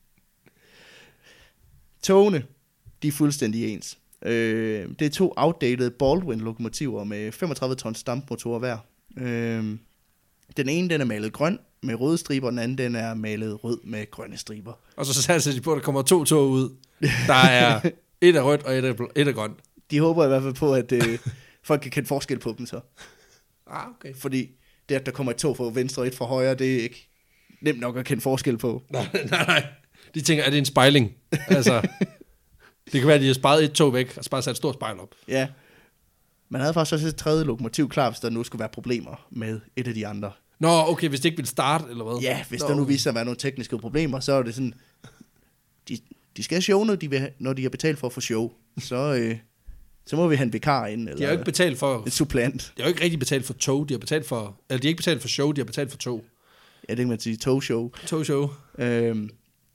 Togene, de er fuldstændig ens. Øh, det er to outdated Baldwin-lokomotiver med femogtredive tons dampmotorer hver. Øh, den ene, den er malet grøn med røde striber, og den anden, den er malet rød med grønne striber. Og så satser de på, at der kommer to tog ud. Der er et af rødt og et af, et af grønt. De håber i hvert fald på, at øh, folk kan kende forskel på dem så. Ah, okay. Fordi det, at der kommer et tog fra venstre og et fra højre, det er ikke nemt nok at kende forskel på. Nej, nej, nej. De tænker, at det er en spejling. Altså... Det kan være, at de har sparet et tog væk, og så bare sat et stort spejl op. Ja. Man havde faktisk også et tredje lokomotiv klar, hvis der nu skulle være problemer med et af de andre. Nå, okay, hvis det ikke ville starte, eller hvad? Ja, hvis Nå, der nu okay. viser sig at være nogle tekniske problemer, så er det sådan... De, de skal have show, når de, vil, når de har betalt for at få show. Så, øh, så må vi have en vikar ind, eller de har jo ikke betalt for... en supplant. De har jo ikke rigtig betalt for tog, de har betalt for... Eller de har ikke betalt for show, de har betalt for tog. Ja, det kan man sige, togshow. Togshow. Øhm,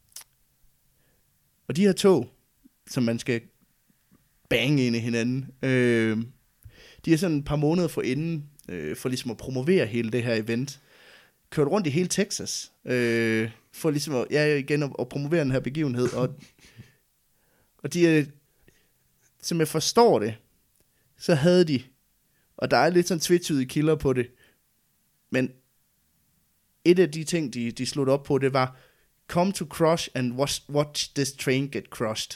og de her tog... som man skal bange ind i hinanden. Øh, de er sådan et par måneder forinden, øh, for ligesom at promovere hele det her event. Kørt rundt i hele Texas, øh, for ligesom at, ja, igen at, at promovere den her begivenhed. Og, og de er, som jeg forstår det, så havde de, og der er lidt sådan tvetydige kilder på det, men et af de ting, de, de slog op på, det var, come to crush and watch, watch this train get crushed.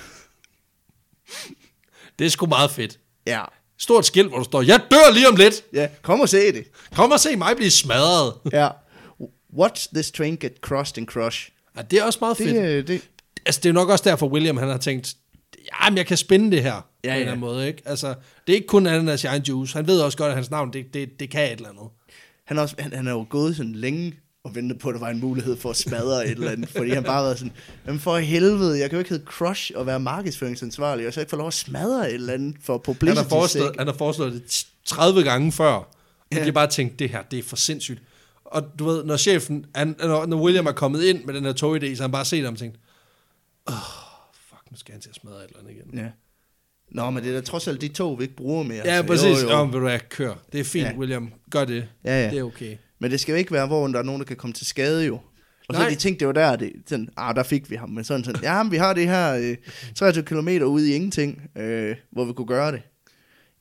Det er sgu meget fedt. Ja. Stort skilt, hvor du står, jeg dør lige om lidt. Ja, kom og se det. Kom og se mig blive smadret. Ja. Watch this train get crushed and crush. Ja, det er også meget det, fedt. Det... Altså, det er nok også derfor, William han har tænkt, jamen, jeg kan spænde det her. Ja, på en ja. eller anden måde, ikke? Altså, det er ikke kun ananas i egen juice. Han ved også godt, at hans navn, det, det, det kan et eller andet. Han, også, han, han er jo gået sådan længe og ventet på, at der var en mulighed for at smadre et eller andet, fordi han bare var sådan, jamen for helvede, jeg kan jo ikke hedde Crush og være markedsføringsansvarlig, og så ikke få lov at smadre et eller andet for publicity. Han har foreslået, han har foreslået det tredive gange før, og ja. De har bare tænkt, det her, det er for sindssygt. Og du ved, når chefen, han, når William er kommet ind med den her togidé, så han bare set ham og tænkt, åh, oh, fuck, nu skal han til at smadre et eller andet igen. Ja. Nå, men det er da trods alt de tog, vi ikke bruger mere. Ja, præcis. Jo, jo. Jamen, vil du have, kør. Det er fint, ja. William. Gør det. Ja, ja. Det er okay. Men det skal jo ikke være, hvor der er nogen, der kan komme til skade jo. Og så Nej. de tænkte, det var der, det, sådan, ah, der fik vi ham. Men sådan sådan, ja, men vi har det her øh, treogtyve kilometer ude i ingenting, øh, hvor vi kunne gøre det.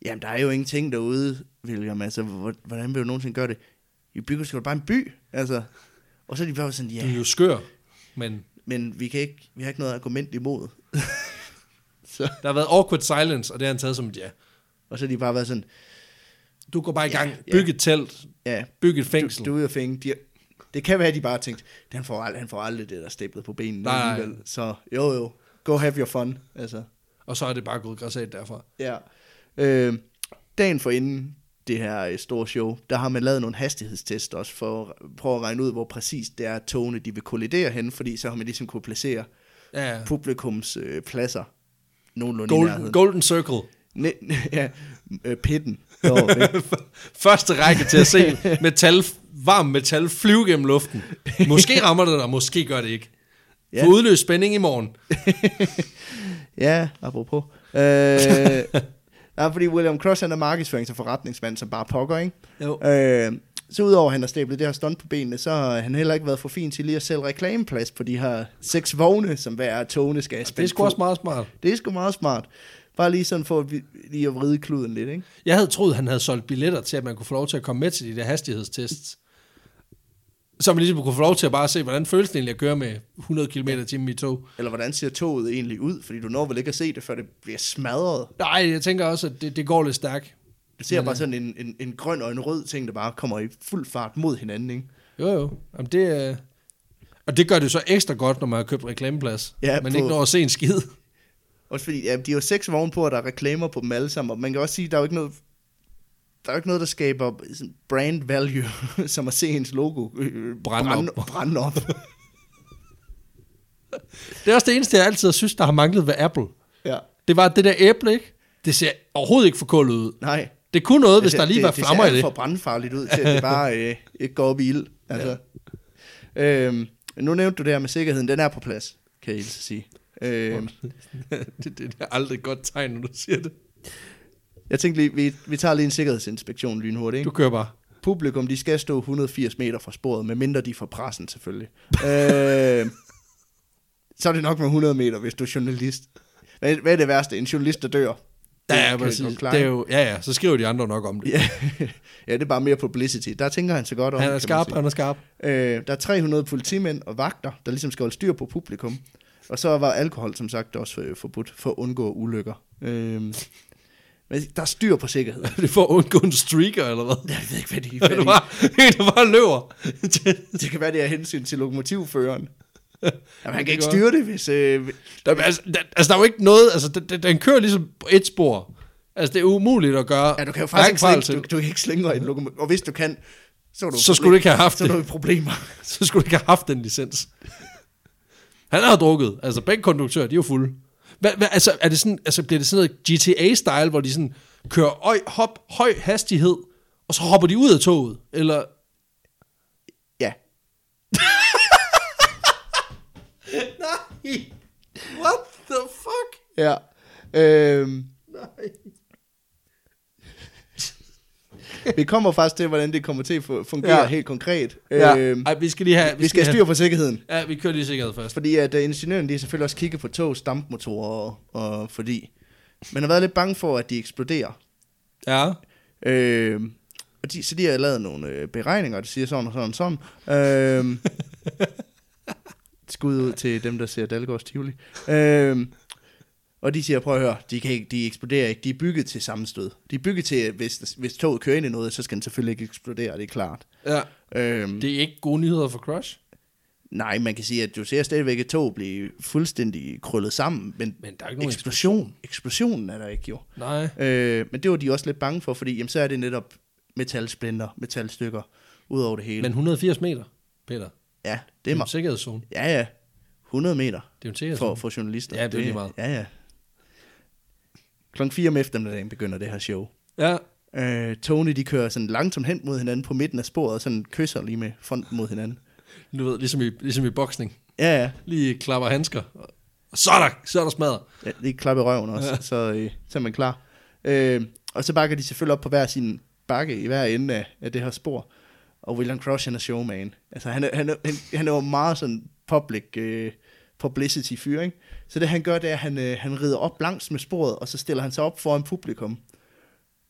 Jamen, der er jo ingenting derude, William. Altså, hvordan vil du nogensinde gøre det? I bygger sgu da bare en by, altså. Og så er de bare sådan, ja. Du er jo skør, men... Men vi, kan ikke, vi har ikke noget argument imod. så. Der har været awkward silence, og det har han taget som et ja. Og så er de bare været sådan... Du går bare i gang, ja, byg et telt, ja. byg et fængsel. Du, du er ude at fænge. De, det kan være, at de bare har tænkt, han får, aldrig, han får aldrig det der stemplet på benene. Nej, nej. Så jo jo, go have your fun. Altså. Og så er det bare gået græsat derfra. Ja. Øh, dagen for inden det her store show, der har man lavet nogle hastighedstest også, for at prøve at regne ud, hvor præcis det er, togene de vil kollidere hen, fordi så har man ligesom kunne placere ja, ja. publikums øh, pladser nogenlunde Golden, i nærheden. Golden Circle. Ne, ja, øh, pitten. Første række til at se metal, varm metal flyve gennem luften. Måske rammer det dig, måske gør det ikke. Ja. For udløst spænding i morgen. Ja, apropos. Øh, ja, fordi William Cross, han er markedsførings- og forretningsmand, som bare pokker, ikke? Jo. Øh, så udover at han har stablet det her stunt på benene, så har han heller ikke været for fin til lige at sælge reklameplads på de her seks vogne, som hver af togene skal have spændt. Det er sgu også meget smart. Det er sgu meget smart. Bare lige sådan for at, lige at vride kluden lidt, ikke? Jeg havde troet, han havde solgt billetter til, at man kunne få lov til at komme med til de der hastighedstests. Så man ligesom kunne få lov til at bare se, hvordan føles det egentlig at køre med hundrede kilometer i timen i tog. Eller hvordan ser toget egentlig ud, fordi du når vel ikke at se det, før det bliver smadret. Nej, jeg tænker også, at det, det går lidt stærkt. Du ser Men, bare sådan en, en, en grøn og en rød ting, der bare kommer i fuld fart mod hinanden, ikke? Jo, jo. Jamen, det, øh... Og det gør det så ekstra godt, når man har købt reklameplads. Ja, men på... ikke når at se en skid. Også fordi, ja, de har jo seks vogne på, og der er reklamer på dem alle sammen, og man kan også sige, der er jo ikke noget, der er jo ikke noget, der skaber brand value, som at se ens logo øh, brænde brand, op. Brand op. Det er også det eneste, jeg altid synes, der har manglet ved Apple. Ja. Det var det der æble, ikke? Det ser overhovedet ikke for koldt ud. Nej. Det kunne noget, hvis det, der lige det, var flammer i det. Det ser alt for brandfarligt ud, til at det bare øh, ikke går op i ild. Altså. Ja. Øhm, nu nævnte du det her med sikkerheden, den er på plads, kan jeg så sige. Øhm, det, det er aldrig et godt tegn, når du siger det. Jeg tænkte lige, vi, vi tager lige en sikkerhedsinspektion lynhurtigt, ikke? Du kører bare. Publikum, de skal stå et hundrede og firs meter fra sporet, medmindre de får pressen selvfølgelig. øh, så er det nok med hundrede meter, hvis du er journalist. Hvad, hvad er det værste? En journalist, der dør? Det, ja, ja, præcis. Det er jo, ja, ja, så skriver de andre nok om det. ja, ja, det er bare mere publicity. Der tænker han så godt om. Han er skarp, han er skarp. Øh, der er tre hundrede politimænd og vagter, der ligesom skal holde styr på publikum. Og så var alkohol, som sagt, også forbudt for at undgå ulykker. Øh, men der er styr på sikkerheden. Det er for at undgå en streaker, eller hvad? Jeg ved ikke, hvad de... Hvad det, var, det var løber. Det kan være, det er hensyn til lokomotivføreren. Jamen, han kan ikke styre det, hvis... Øh... Der, altså, der, altså, der er jo ikke noget... Altså, den, den kører ligesom på et spor. Altså, det er umuligt at gøre... Ja, du kan jo faktisk ikke slinge, du, du kan ikke slinge en lokomotiv. Og hvis du kan, så, du så skulle du ikke have haft så det. problemer. Så skulle du ikke have haft den licens. Han har drukket. Altså, begge konduktører, de er jo fulde. Hvad, hvad, altså, er det sådan, altså, bliver det sådan noget G T A-style, hvor de sådan kører øj, hop, høj hastighed, og så hopper de ud af toget? Eller... Ja. Nej. What the fuck? Ja. Øhm. Nej. Vi kommer faktisk til, hvordan det kommer til at fungere ja. helt konkret. Ja. Øhm, Ej, vi skal lige have... Vi, vi skal have styr på sikkerheden. Ja, vi kører lige sikkerhed først. Fordi at uh, ingeniøren, de har selvfølgelig også kigget på togs dampmotorer, og, og fordi man har været lidt bange for, at de eksploderer. Ja. Øhm, og de, så de har lavet nogle øh, beregninger, der siger sådan og sådan og sådan. Øhm, skud ud til dem, der ser Dalgårds Tivoli. Øhm, og de siger, prøv at høre, de, kan ikke, de eksploderer ikke, de er bygget til sammenstød. De er bygget til, at hvis, hvis toget kører ind i noget, så skal den selvfølgelig ikke eksplodere, det er klart. Ja. Øhm, det er ikke gode nyheder for Crush? Nej, man kan sige, at du ser stadigvæk et tog blive fuldstændig krøllet sammen, men, men der er ikke nogen eksplosion, eksplosion. eksplosionen er der ikke jo. Nej. Øh, men det var de også lidt bange for, fordi jamen, så er det netop metalsplinter, metalstykker, ud over det hele. Men et hundrede og firs meter, Peter? Ja, det er, det er en sikkerhedszone. Ja, ja. hundrede meter. Det er en sikkerhedszone. For, for journalister. Ja, det er lige meget. Ja, ja. Klokken fire om eftermiddagen begynder det her show. Ja. Øh, Tony, de kører sådan langsomt hen mod hinanden på midten af sporet, og sådan kysser lige med fronten mod hinanden. Du ved, ligesom i, ligesom i boksning. Ja, ja. Lige klapper handsker. Og så er der, så er der smadret. Ja, lige klapper i røven også, ja. så, øh, så er man klar. Øh, og så bakker de selvfølgelig op på hver sin bakke i hver ende af, af det her spor. Og William Crush, han er showman. Altså, han er, han er, han, han er jo meget sådan public øh, publicity fyr, ikke? Så det han gør, det er, at han, øh, han rider op langs med sporet, og så stiller han sig op foran publikum.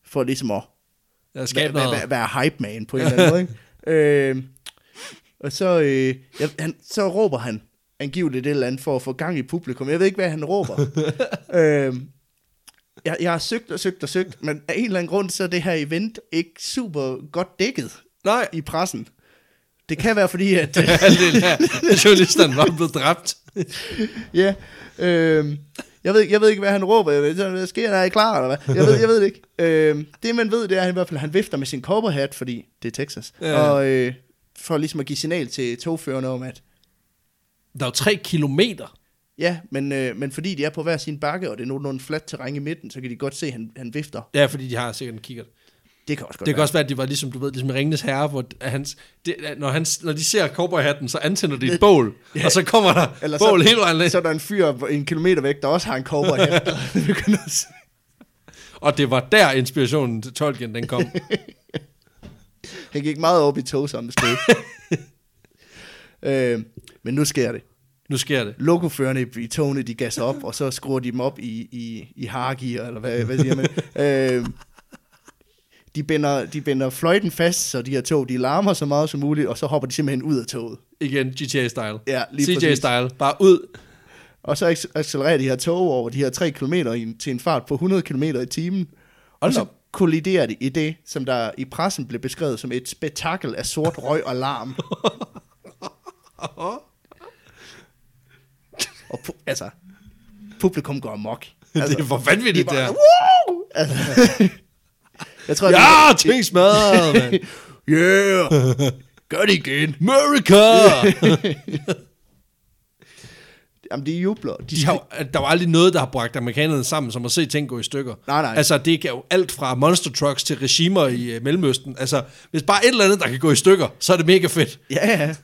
for ligesom at være, være, være, være hype man på en eller anden måde. Ikke? Øh, og så, øh, ja, han, så råber han angiveligt et eller andet for at få gang i publikum. Jeg ved ikke, hvad han råber. øh, jeg, jeg har søgt og søgt og søgt, men af en eller anden grund, så er det her event ikke super godt dækket Nej. i pressen. Det kan være fordi, at... Halvdelen af journalisterne var blevet dræbt. Ja, øh, jeg, ved, jeg ved ikke, hvad han råber. Jeg ved, hvad sker der? Er I klar, eller hvad? Jeg ved, jeg ved det ikke. Øh, det, man ved, det er, at han, i hvert fald, han vifter med sin cowboy hat, fordi det er Texas. Ja. Og øh, for ligesom at give signal til togførerne om, at... Der er jo tre kilometer. Ja, men, øh, men fordi de er på hver sin bakke, og det er nogenlunde fladt terræn i midten, så kan de godt se, at han, han vifter. Ja, fordi de har sikkert en kikkert. Det kan også godt Det kan være. også være, at de var ligesom, du ved, ligesom Ringenes Herre, hvor hans, det, når, hans, når de ser cowboyhatten, så antænder de et bål, ja. Og så kommer der Eller bål så, hele vejen ned. Så er der en fyr en kilometer væk, der også har en cowboyhat. Og det var der inspirationen til Tolkien, den kom. Han gik meget op i tog samme sted. øh, men nu sker det. Nu sker det. Lokoførerne i, i togene, de gasser op, og så skruer de dem op i, i, i hargear, eller hvad, hvad siger man? øh, de, binder, de binder fløjten fast, så de her tog, de larmer så meget som muligt, og så hopper de simpelthen ud af toget. Igen, G T A-style. Ja, lige C J-style. Bare ud. Og så accelererer de her tog over de her tre kilometer til en fart på hundrede kilometer i timen. Og så kolliderer de i det, som der i pressen blev beskrevet som et spektakel af sort røg og larm. Og pu- altså, publikum går amok. Altså, det er for vanvittigt, de der. Woo! Altså, jeg tror, ja, de, ting smadret, mand. Yeah, gør det igen. America! Jamen, de jubler. De de har, der var aldrig noget, der har bragt amerikanerne sammen, som at se ting gå i stykker. Nej, nej. Altså, det er jo alt fra monster trucks til regimer i uh, Mellemøsten. Altså, hvis bare et eller andet, der kan gå i stykker, så er det mega fedt. Ja, ja.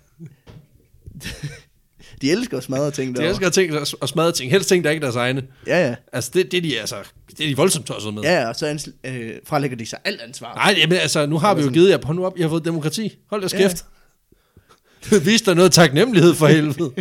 De elsker at smadre ting derovre. De elsker at, ting, at smadre ting. Helst ting, der ikke er deres egne. Ja, ja. Altså, det, det, er de, altså, det er de voldsomt tosset med. Ja, ja, og så ans- øh, frelægger de sig alt ansvar. Nej, jamen, altså, nu har vi jo sådan... givet jer på nu op. I har fået demokrati. Hold da skæft. Ja. Vis dig noget taknemmelighed for helvede.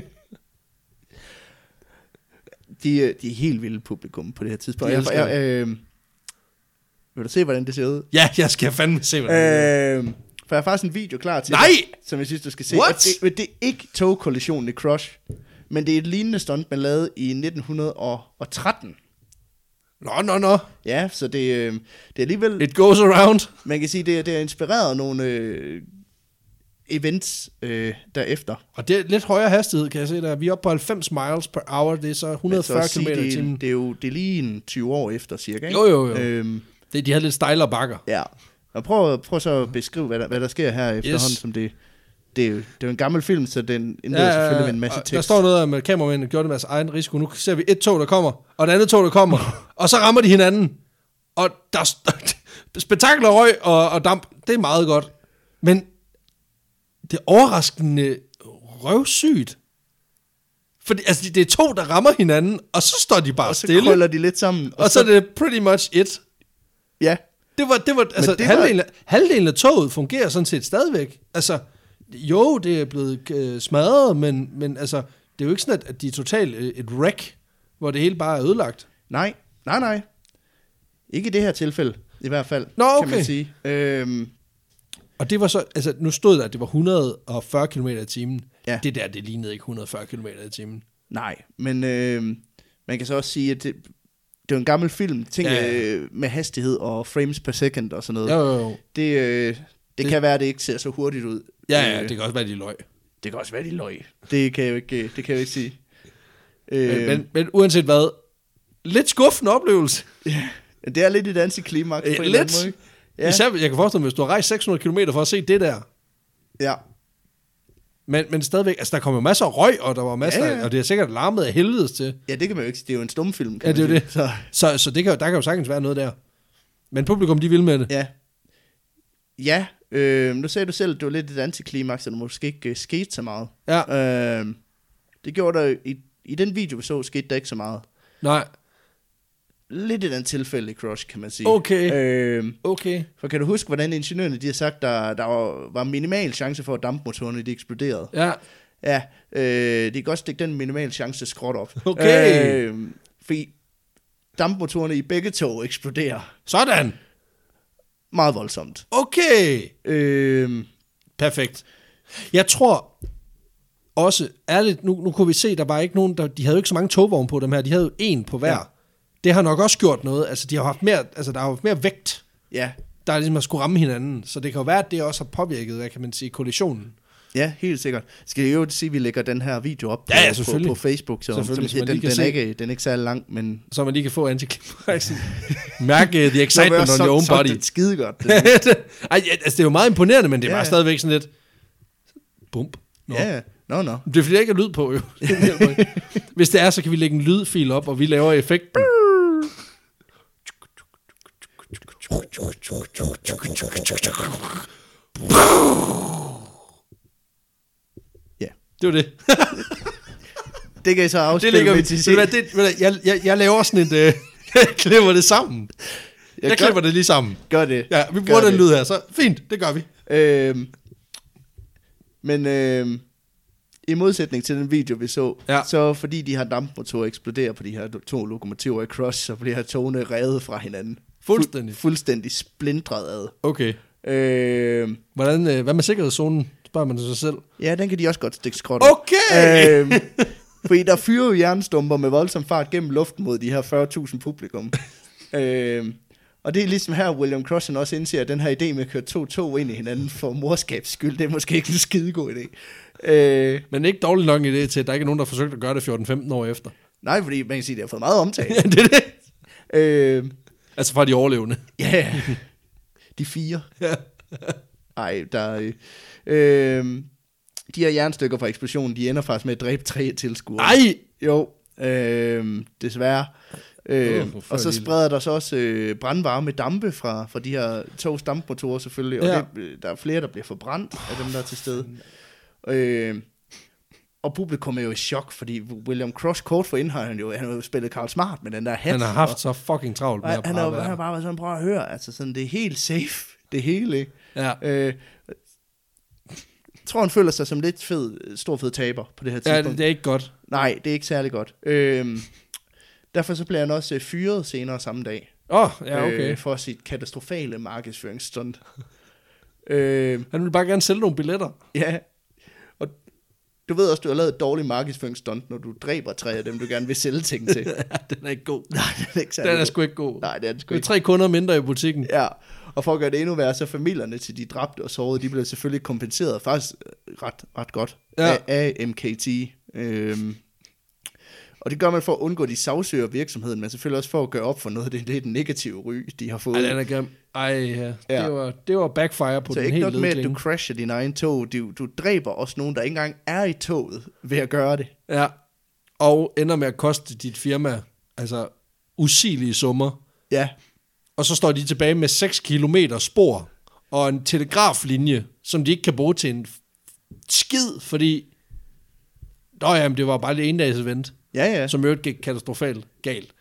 de, de er helt vilde publikum på det her tidspunkt. Jeg, jeg, øh, vil du se, hvordan det ser ud? Ja, jeg skal fandme se, hvordan det ser ud. Øh, for jeg har faktisk en video klar til Nej! dig, som jeg synes, du skal se. What? Det, det er ikke togkollisionen i Crush, men det er et lignende stunt, man lavede i nitten tretten. Nå, nå, nå. Ja, så det, øh, det er alligevel... It goes around. Man kan sige, det, det er inspireret nogle øh, events øh, derefter. Og det er lidt højere hastighed, kan jeg se der. Vi er oppe på halvfems miles per hour, det er så et hundrede og fyrre kilometer i timen. Det er jo det er lige en tyve år efter, cirka, ikke? Jo, jo, jo. Øhm, det, de havde lidt stejlere bakker. Ja. Og prøv, prøv så at beskrive, hvad der, hvad der sker her efterhånden, yes. som det... Det er, jo, det er jo en gammel film, så den indleder ja, selvfølgelig med en masse tekst. Der står noget om, at kameramændene gjorde det med deres egen risiko. Nu ser vi et tog, der kommer, og et andet tog, der kommer, og så rammer de hinanden. Og der er spektakler, røg og, og damp. Det er meget godt. Men det er overraskende røvsygt. Fordi altså, det er to, der rammer hinanden, og så står de bare og stille. Og så krøller de lidt sammen. Og, og så, så er det pretty much it. Ja. Det var, det var, altså, det halvdelen, var... halvdelen af toget fungerer sådan set stadigvæk. Altså, jo, det er blevet øh, smadret, men, men altså, det er jo ikke sådan, at, at de er totalt øh, et wreck, hvor det hele bare er ødelagt. Nej, nej, nej. Ikke i det her tilfælde, i hvert fald, Nå, okay. kan man sige. Øhm. Og det var så, altså, nu stod der, at det var et hundrede og fyrre kilometer i timen. Ja. Det der, det lignede ikke et hundrede og fyrre kilometer i timen. Nej, men øh, man kan så også sige, at det, det er en gammel film. Ting ja, ja. Øh, med hastighed og frames per second og sådan noget. Jo, jo, jo. Det, øh, det, det kan være, at det ikke ser så hurtigt ud. Ja, ja, det kan også være, de løg. Det kan også være, de løg. Det kan jeg jo ikke, det kan jeg jo ikke sige. Øh, men, men, men uanset hvad, lidt skuffende oplevelse. Ja, det er lidt et antiklimaks på en eller anden måde. Ja. Især, jeg kan forestille mig, hvis du har rejst seks hundrede kilometer for at se det der. Ja. Men, men stadigvæk, altså der kom jo masser af røg, og der var masser ja, ja. Af, og det er sikkert larmet af helvedes til. Ja, det kan man jo ikke, det er jo en stumfilm, kan ja, det er man det. Så, så, så det kan, der kan jo sagtens være noget der. Men publikum, de vil med det. Ja. Ja, øh, nu sagde du selv, at det var lidt et antiklimaks, og der måske ikke uh, skete så meget. Ja. Øh, det gjorde der, i, i den video, vi så, skete der ikke så meget. Nej. Lidt et andet tilfælde i Crush, kan man sige. Okay. Øh, okay. For kan du huske, hvordan ingeniørerne de har sagt, der, der var, var minimal chance for, at dampmotorerne de eksploderede? Ja. Ja, øh, de kan godt stikke den minimal chance skråt op. Okay. Øh, fordi dampmotorerne i begge tog eksploderer. Sådan. meget voldsomt. Okay. Øh, Perfekt. Jeg tror også, ærligt, nu, nu kunne vi se, der var ikke nogen, der, de havde jo ikke så mange togvogne på dem her, de havde jo en på hver. Ja. Det har nok også gjort noget, altså de har haft mere, altså der har haft mere vægt, ja. der er ligesom at skulle ramme hinanden, så det kan jo være, at det også har påvirket, hvad kan man sige, kollisionen. Ja, helt sikkert. Skal jeg jo sige, at vi lægger den her video op på, ja, ja, på, på Facebook, så, så den, den, den, er ikke, den er ikke særlig lang, men... Så man lige kan få antiklimaksen. Mærke the excitement on your own body. Det er skide godt. Det. Ej, altså det er jo meget imponerende, men det er ja, bare stadigvæk sådan lidt... Bump. Nå. Ja, no, no. Det er fordi, der ikke er lyd på, jo. Hvis det er, så kan vi lægge en lydfil op, og vi laver effekten. Ja. Det var det. Det kan I så afspille. Det ligger, det, det, jeg, jeg, jeg laver sådan et... Øh, jeg klipper det sammen. Jeg, jeg klipper det lige sammen. Gør det. Ja, vi bruger den lyd her, så fint, det gør vi. Øhm, men øhm, i modsætning til den video, vi så, ja. så fordi de her dampmotorer eksploderer på de her to lokomotiver i cross, så bliver togene revet fra hinanden. Fuldstændig. Fu- fuldstændig splintret ad. Okay. Øhm, Hvordan, øh, hvad med sikkerhedszonen, spørger man sig selv? Ja, den kan de også godt stikke skråt. Okay! Øhm, fordi der fyrer jo jernstumper med voldsom fart gennem luften mod de her fyrre tusind publikum. øhm, og det er ligesom her, William Crossan også indser, at den her idé med at køre to tog ind i hinanden for morskabs skyld, det er måske ikke en skidegod idé. Øh, Men ikke dårlig nok idé til, at der ikke er nogen, der har forsøgt at gøre det fjorten femten år efter. Nej, fordi man kan sige, at det har fået meget omtale. Ja, det er det. Øh, altså fra de overlevende. Ja, de fire. Ja. Ej, der øh, de her jernstykker fra eksplosionen, de ender faktisk med at dræbe tre tilskuere. Nej! Jo, øh, desværre. Øh, oh, og så spreder der så også øh, brandvarme dampe fra, fra de her togs dampmotorer selvfølgelig, og ja. det, der er flere, der bliver forbrændt af dem, der er til stede. Øh, og publikum er jo i chok, fordi William Cross kort for inden har han jo, han har jo spillet Carl Smart med den der hat. Han har haft og, så fucking travlt med at han, har, han har bare været sådan, prøv at høre, altså sådan, det er helt safe, det hele, ikke? Ja. Øh, jeg tror, han føler sig som lidt fed, stor fed taber på det her tidspunkt. Ja, det, det er ikke godt. Nej, det er ikke særlig godt. Øh, derfor så bliver han også fyret senere samme dag. Åh, oh, ja, okay. Øh, for sit katastrofale markedsføringsstunt. øh, han vil bare gerne sælge nogle billetter. Ja, og du ved også, du har lavet et dårligt markedsføringsstunt, når du dræber tre af dem, du gerne vil sælge ting til. Ja, den er ikke god. Nej, den er ikke særlig Den er sgu ikke god. Nej, det er den sgu ikke. Tre kunder mindre i butikken. Ja, og for at gøre det endnu værre, så familierne til de dræbte og sårede, de blev selvfølgelig kompenseret faktisk ret, ret godt ja. af, af M K T. Øhm, og det gør man for at undgå, de sagsøger virksomheden, men selvfølgelig også for at gøre op for noget af det lidt negative ry, de har fået. Ej, den er grim. Ej, ja. ja. Det, var, det var backfire på så den helt Så ikke nok med, klinge. at du crasher din egen tog, du, du dræber også nogen, der ikke engang er i toget ved at gøre det. Ja, og ender med at koste dit firma altså usigelige summer. Ja. Og så står de tilbage med seks kilometer spor og en telegraflinje, som de ikke kan bruge til en skid, fordi nå jamen, det var bare det ene dags event. Ja, ja. Som jo gik katastrofalt galt.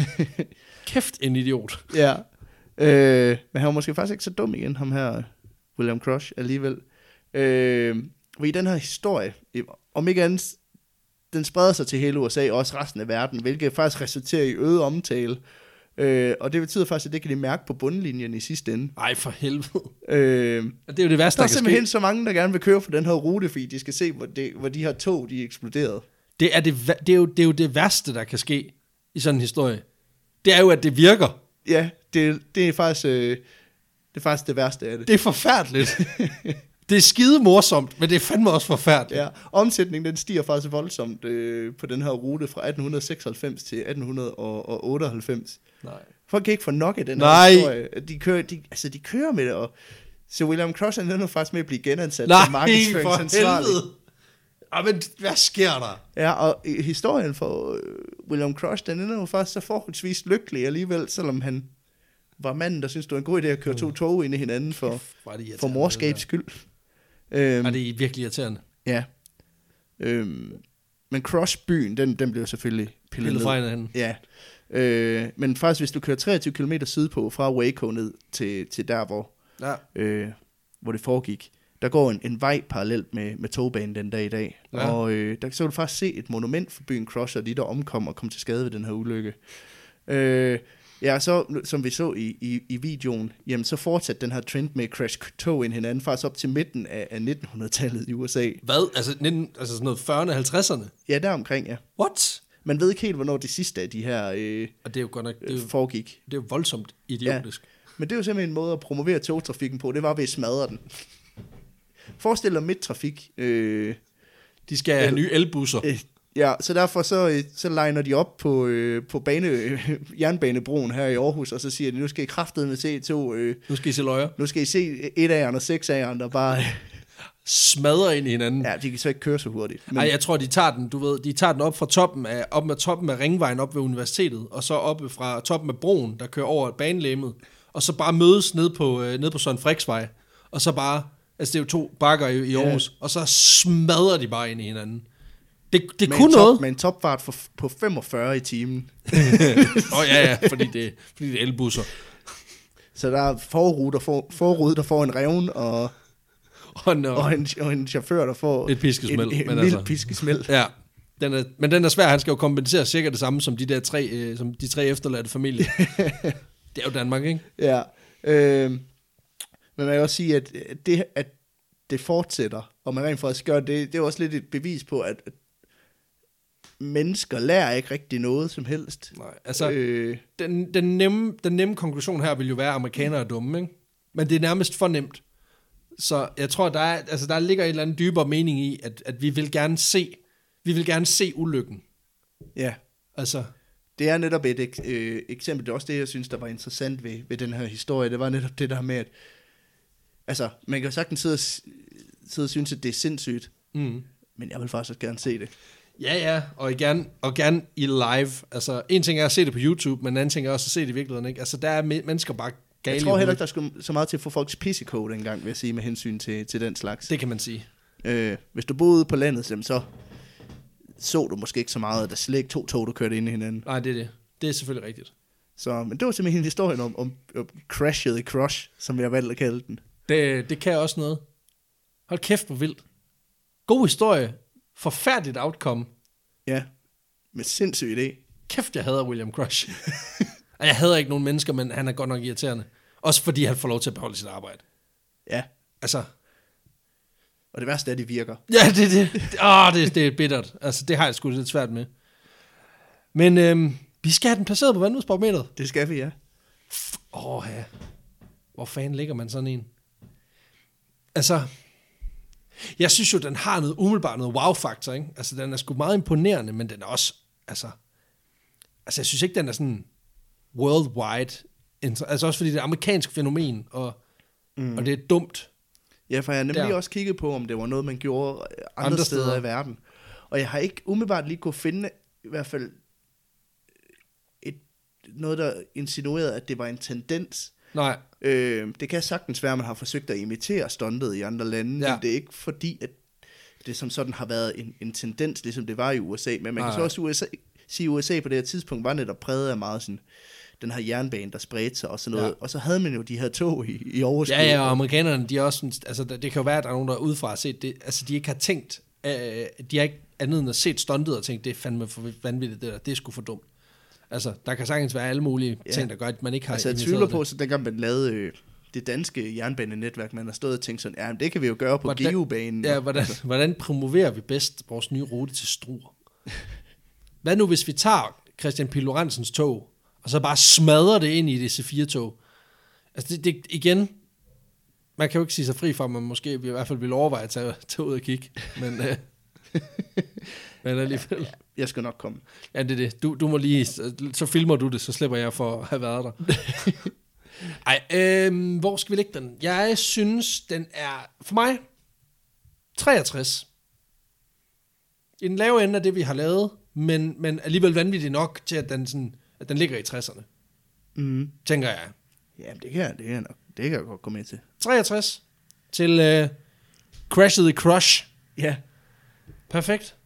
Kæft en idiot. Ja. Øh, men han var måske faktisk ikke så dum igen, ham her, William Cross, alligevel. Øh, i den her historie, om ikke andet, den spreder sig til hele U S A, og også resten af verden, hvilket faktisk resulterer i øget omtale. Øh, og det betyder faktisk, at det kan de mærke på bundlinjen i sidste ende. Ej, for helvede. Øh, det er jo det værste, der, der er simpelthen så mange, der gerne vil køre på den her rute, fordi de skal se, hvor, det, hvor de her tog, de eksploderede. Det er, det, det, er jo, det er jo det værste, der kan ske i sådan en historie. Det er jo, at det virker. Ja, det, det, er, faktisk, øh, det er faktisk det værste af det. Det er forfærdeligt. Det er skide morsomt, men det er fandme også forfærdeligt. Ja, omsætningen den stiger faktisk voldsomt øh, på den her rute fra atten seksoghalvfems til atten otteoghalvfems. Nej. Folk kan ikke få nok af den Nej. her historie. De kører, de, altså, de kører med det, og så William Cross er nu faktisk med at blive genansat Nej, som markedsføringsansvarlig. Nej, men hvad sker der? Ja, og historien for William Cross, den ender jo faktisk så forholdsvis lykkelig alligevel, selvom han var manden, der synes det var en god idé at køre to tog ind i hinanden for, for morskabs skyld. Øhm, er det virkelig irriterende? Ja. Øhm, men Cross-byen, den, den blev selvfølgelig pillet, pillet fra hinanden. Ja. Øh, men faktisk, hvis du kører treogtyve kilometer sydpå fra Waco ned til, til der, hvor, ja. øh, hvor det foregik, der går en, en vej parallelt med, med togbanen den dag i dag. Ja. Og øh, der så du faktisk se et monument for byen Cross, og de der omkom og kom til skade ved den her ulykke. Øh, Ja, så som vi så i, i, i videoen, jamen så fortsatte den her trend med at crash tog ind hinanden, faktisk op til midten af, af nitten hundrede-tallet i U S A. Hvad? Altså, nitten, altså sådan noget fyrrerne og halvtredserne? Ja, deromkring, ja. What? Man ved ikke helt, hvornår det sidste af de her øh, og det er jo godt nok, det er jo, foregik. Det er jo voldsomt idiotisk. Ja. Men det er jo simpelthen en måde at promovere togtrafikken på, det var ved at smadre den. Forestil dig midttrafik. Øh, de skal have nye elbusser. Øh, ja, så derfor så, så liner de op på, øh, på bane, øh, jernbanebroen her i Aarhus, og så siger de, nu skal I kraftedeme se to... Øh, nu skal I se løjer. Nu skal I se et af og seks af der bare... Øh, smadrer ind i hinanden. Ja, de kan så ikke køre så hurtigt. Men... Ej, jeg tror, de tager den, du ved, de tager den op fra toppen af, op med toppen af ringvejen op ved universitetet, og så op fra toppen af broen, der kører over banelæmmet, og så bare mødes ned på, øh, ned på Søren Friksvej, og så bare, altså det er jo to bakker i, i Aarhus, ja. Og så smadrer de bare ind i hinanden. Det, det kunne top, noget. Med en topfart for, på femogfyrre i timen. Åh oh, ja, ja, fordi det, fordi det er elbusser. Så der er forrude, der får, forrude, der får en revn, og... Oh, no. og, en, og en chauffør, der får et piskesmæld. En, en vild altså, piskesmæld. Ja, den er, men den er svær. Han skal jo kompensere cirka det samme som de der tre, øh, som de tre efterladte familier. Det er jo Danmark, ikke? Ja. Øh, men man kan også sige, at det, at det fortsætter, og man rent faktisk gør det, det er også lidt et bevis på, at, at mennesker lærer ikke rigtig noget som helst. Nej, altså, øh, den, den, nemme, den nemme konklusion her vil jo være, at amerikanere er dumme, ikke? Men det er nærmest for nemt. Så jeg tror, der, er, altså, der ligger en eller anden dybere mening i, at, at vi vil gerne se, vi vil gerne se ulykken. Ja. Altså. Det er netop et ek, øh, eksempel. Det er også det, jeg synes, der var interessant ved, ved den her historie. Det var netop det der med, at altså, man kan jo sagtens sidde og, sidde og synes, at det er sindssygt. Mm. Men jeg vil faktisk også gerne se det. Ja, ja, og gerne, og gerne i live. Altså, en ting er at se det på YouTube, men en anden ting er også at se det i virkeligheden, ikke? Altså, der er mennesker bare gale. Jeg tror heller ikke, der skulle så meget til at få folks pissekode engang, vil jeg sige, med hensyn til, til den slags. Det kan man sige. Øh, hvis du boede ude på landet, så så du måske ikke så meget, at der slet ikke to tog, du kørte ind i hinanden. Nej, det er det. Det er selvfølgelig rigtigt. Så, men det var simpelthen historien om, om, om crashet i crush, som jeg valgte at kalde den. Det, det kan også noget. Hold kæft, hvor vildt. God historie. Forfærdeligt outcome. Ja, med sindssyg idé. Kæft, jeg hader William Crush. Jeg hader ikke nogen mennesker, men han er godt nok irriterende. Også fordi han får lov til at beholde sit arbejde. Ja. Altså. Og det værste er, at det virker. Ja, det, det, åh, det, det er bittert. Altså, det har jeg sgu lidt svært med. Men øhm, vi skal have den placeret på vandudsportmeteret. Det skal vi, ja. Åh, ja. Hvor fanden ligger man sådan en? Altså, jeg synes jo, den har noget umiddelbart, noget wow-faktor, ikke? Altså, den er sgu meget imponerende, men den er også, altså, altså jeg synes ikke, den er sådan worldwide, altså også fordi det er et amerikansk fænomen, og, mm. og det er dumt. Ja, for jeg har nemlig der. også kigget på, om det var noget, man gjorde andre, andre steder, steder i verden. Og jeg har ikke umiddelbart lige kunne finde, i hvert fald, et, noget, der insinuerede, at det var en tendens. Nej. Øh, det kan sagtens være, at man har forsøgt at imitere stuntet i andre lande, ja. Men det er ikke fordi, at det som sådan har været en, en tendens, ligesom det var i U S A. Men man Nej. kan så også U S A, sige, at U S A på det her tidspunkt var netop præget af meget sådan, den her jernbane, der spredte sig og sådan noget. Ja. Og så havde man jo de her tog i, i overskud. Ja, ja, og amerikanerne, de er også sådan, altså det kan jo være, at der er nogen, der udefra har set det, altså de ikke har tænkt, øh, de har ikke andet end at set stuntet og tænkt, det er fandme for vanvittigt det der, det er sgu for dumt. Altså, der kan sagtens være alle mulige ja. ting, der gør, at man ikke har altså, jeg tvivler på, så dengang man lavede øh, det danske jernbanenetværk, man har stået og tænkt sådan, ja, det kan vi jo gøre på hvordan, geobanen. Ja, hvordan, hvordan promoverer vi bedst vores nye rute til Struer? Hvad nu, hvis vi tager Christian Pihl Lorentzens tog, og så bare smadrer det ind i det C fire tog? Altså, det, det igen, man kan jo ikke sige sig fri fra, man måske i hvert fald vil overveje at tage, tage ud og kigge, men... Øh, men alligevel. Jeg skal nok komme. Ja, det er det. Du, du må lige, så filmer du det, så slipper jeg for at have været der. Ej, øh, hvor skal vi lægge den? Jeg synes, den er, for mig, treogtres. I den lave ende af det, vi har lavet, men, men alligevel vanvittigt nok til, at den, sådan, at den ligger i tresserne. Mm. Tænker jeg. Jamen, det kan, det, kan nok, det kan jeg godt gå med til. treogtres til øh, Crashed the Crush. Ja. Perfekt.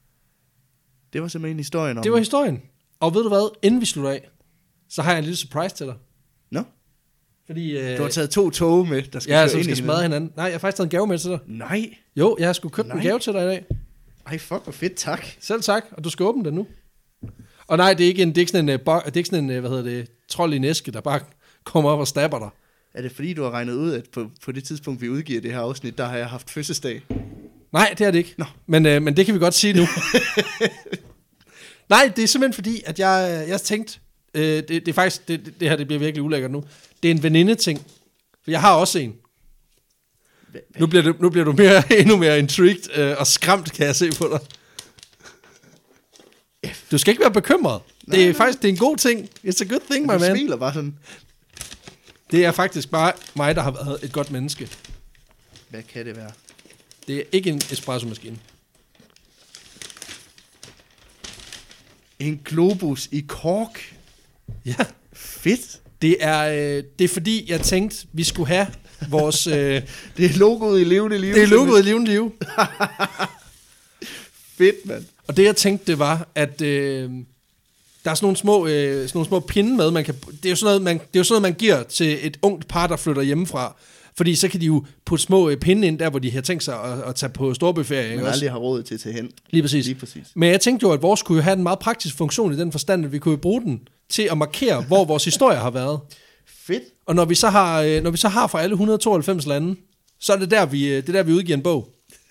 Det var simpelthen historien om... Det var historien. Og ved du hvad, inden vi slutter af, så har jeg en lille surprise til dig. Nå? Fordi... Øh, du har taget to tog med, der skal ja, som skal smadre hinanden. Nej, jeg har faktisk taget en gave med til dig. Nej. Jo, jeg har sgu købt Nej. en gave til dig i dag. Ej, fuck, hvor fedt, tak. Selv tak, og du skal åbne den nu. Og nej, det er ikke en, det er ikke sådan en, det er ikke sådan en, hvad hedder det, trold i en æske, der bare kommer op og stabber dig. Er det fordi, du har regnet ud, at på, på det tidspunkt, vi udgiver det her afsnit, der har jeg haft fødselsdag? Nej, det er det ikke. Nå. Men, øh, men det kan vi godt sige nu. Nej, det er simpelthen fordi, at jeg, jeg tænkte, øh, det, det er faktisk, det, det her det bliver virkelig ulækkert nu. Det er en veninde-ting. For jeg har også en. Hva, hva? Nu bliver du, nu bliver du mere, endnu mere intrigued øh, og skræmt, kan jeg se på dig. Du skal ikke være bekymret. Nej, det er nej. faktisk det er en god ting. It's a good thing, my man. Du smiler bare sådan. Det er faktisk bare mig, der har været et godt menneske. Hvad kan det være? Det er ikke en espresso-maskine. En globus i kork. Ja. Fedt. Det er, øh, det er fordi, jeg tænkte, vi skulle have vores... Øh, det er logoet i levende liv. Det er logoet i levende liv. Fedt, mand. Og det, jeg tænkte, det var, at øh, der er sådan nogle små, øh, sådan nogle små pinde med. Man kan, det, er jo sådan noget, man, det er jo sådan noget, man giver til et ungt par, der flytter hjemmefra. Fordi så kan de jo putte små øh, pinde ind der, hvor de har tænkt sig at, at tage på storbyferie. Man aldrig har råd til at tage hen. Lige præcis. Lige præcis. Men jeg tænkte jo, at vores kunne jo have en meget praktisk funktion i den forstand, at vi kunne jo bruge den til at markere, hvor vores historie har været. Fedt. Og når vi så har, øh, når vi så har fra alle et hundrede og tooghalvfems lande, så er det der, vi, det er der, vi udgiver en bog.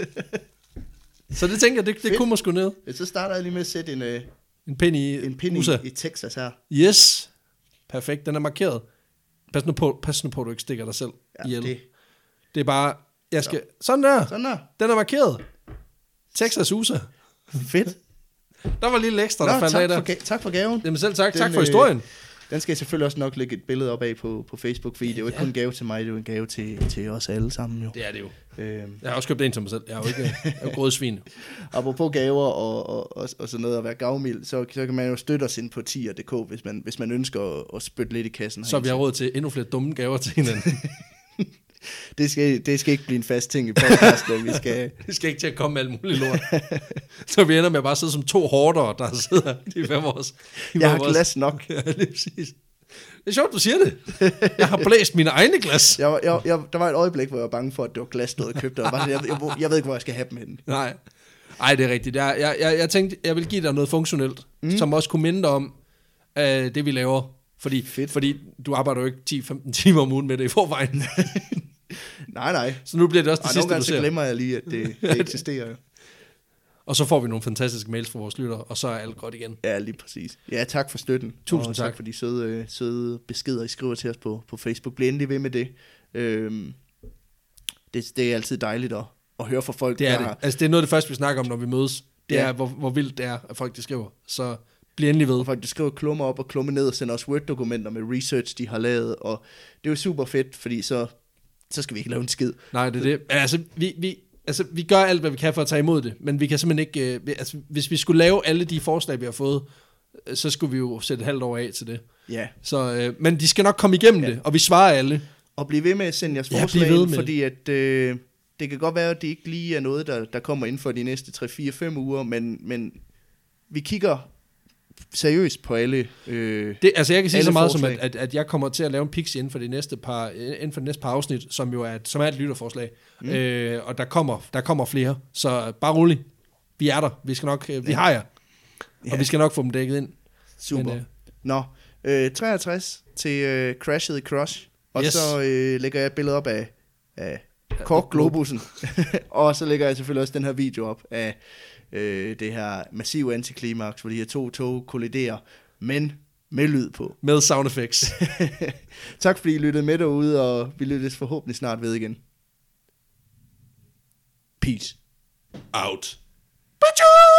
Så det tænker jeg, det, det kunne måske ned. Så starter jeg lige med at sætte en, øh, en pind i, en pind i, i Texas her. Yes. Perfekt, den er markeret. Pas nu på, pas nu på at du ikke stikker dig selv ja, ihjel. Det. det er bare, jeg skal, sådan der. Sådan der. Den er markeret. Texas U S A. Fedt. Der var lige lidt ekstra, Nå, der faldt af der. For, tak for gaven. Jamen selv tak, den, tak for historien. Øh, Den skal jeg selvfølgelig også nok lægge et billede op af på, på Facebook, fordi det er jo ikke ja. kun en gave til mig, det er jo en gave til, til os alle sammen jo. Det er det jo. Øhm. Jeg har også købt en til mig selv. Jeg er jo ikke jeg er jo grødsvin. Apropos gaver og, og, og, og sådan noget at være gavmild, så, så kan man jo støtte os ind på tier punktum d k, hvis man, hvis man ønsker at, at spytte lidt i kassen. Så vi har råd til endnu flere dumme gaver til hinanden. det, skal, det skal ikke blive en fast ting i podcasten. Vi skal... det skal ikke til at komme med alt muligt lort. Så vi ender med at bare sidde som to hårdere, der sidder i hver vores... Jeg har vores... glas nok. Ja, lige præcis. Det er sjovt, du siger det. Jeg har blæst mine egne glas. Jeg, jeg, jeg, der var et øjeblik, hvor jeg var bange for, at det var glas, du havde købt. Jeg, jeg, jeg, jeg ved ikke, hvor jeg skal have dem henne. Nej, Ej, det er rigtigt. Jeg, jeg, jeg, jeg tænkte, jeg vil give dig noget funktionelt, mm. som også kunne minde dig om uh, det, vi laver. Fordi, fordi du arbejder jo ikke ti til femten timer om ugen med det i forvejen. nej, nej. Så nu bliver det også det og sidste, du ser. så glemmer jeg lige, at det, det eksisterer. Og så får vi nogle fantastiske mails fra vores lyttere, og så er alt godt igen. Ja, lige præcis. Ja, tak for støtten. Tusind og tak. tak for de søde, søde beskeder, I skriver til os på, på Facebook. Bliv endelig ved med det. Øhm, det. Det er altid dejligt at, at høre fra folk. Det er der det. Har... Altså, det er noget af det første, vi snakker om, når vi mødes. Det ja. er, hvor, hvor vildt det er, at folk de skriver. Så bliv endelig ved. Og folk de skriver klummer op og klumme ned og sender os Word-dokumenter med research, de har lavet. Og det er jo super fedt, fordi så, så skal vi ikke lave en skid. Nej, det er det. Altså, vi... vi Altså, vi gør alt, hvad vi kan for at tage imod det, men vi kan simpelthen ikke... Øh, altså, hvis vi skulle lave alle de forslag, vi har fået, øh, så skulle vi jo sætte et halvt år af til det. Ja. Så, øh, men de skal nok komme igennem ja. det, og vi svarer alle. Og blive ved med at sende jeres forslag ja, ind, fordi at, øh, det kan godt være, at det ikke lige er noget, der, der kommer inden for de næste tre, fire, fem uger, men, men vi kigger seriøst på alle øh, det, altså jeg kan sige så meget forslag. som, at, at, at jeg kommer til at lave en pixie inden for det næste par, inden for det næste par afsnit, som jo er et, som er et lytterforslag. Mm. Øh, og der kommer, der kommer flere. Så bare rolig. Vi er der. Vi skal nok, vi ja. har jer. Og ja. vi skal nok få dem dækket ind. Super. Men, øh, Nå, øh, treogtres til øh, Crashet i Crush. Og yes. så øh, lægger jeg et billede op af, af Kork Globussen. Og så lægger jeg selvfølgelig også den her video op af øh, det her massive antiklimaks, hvor de her to tog kolliderer, men med lyd på. Med sound effects. Tak fordi I lyttede med derude, og vi lyttes forhåbentlig snart ved igen. Peace. Out. Bye.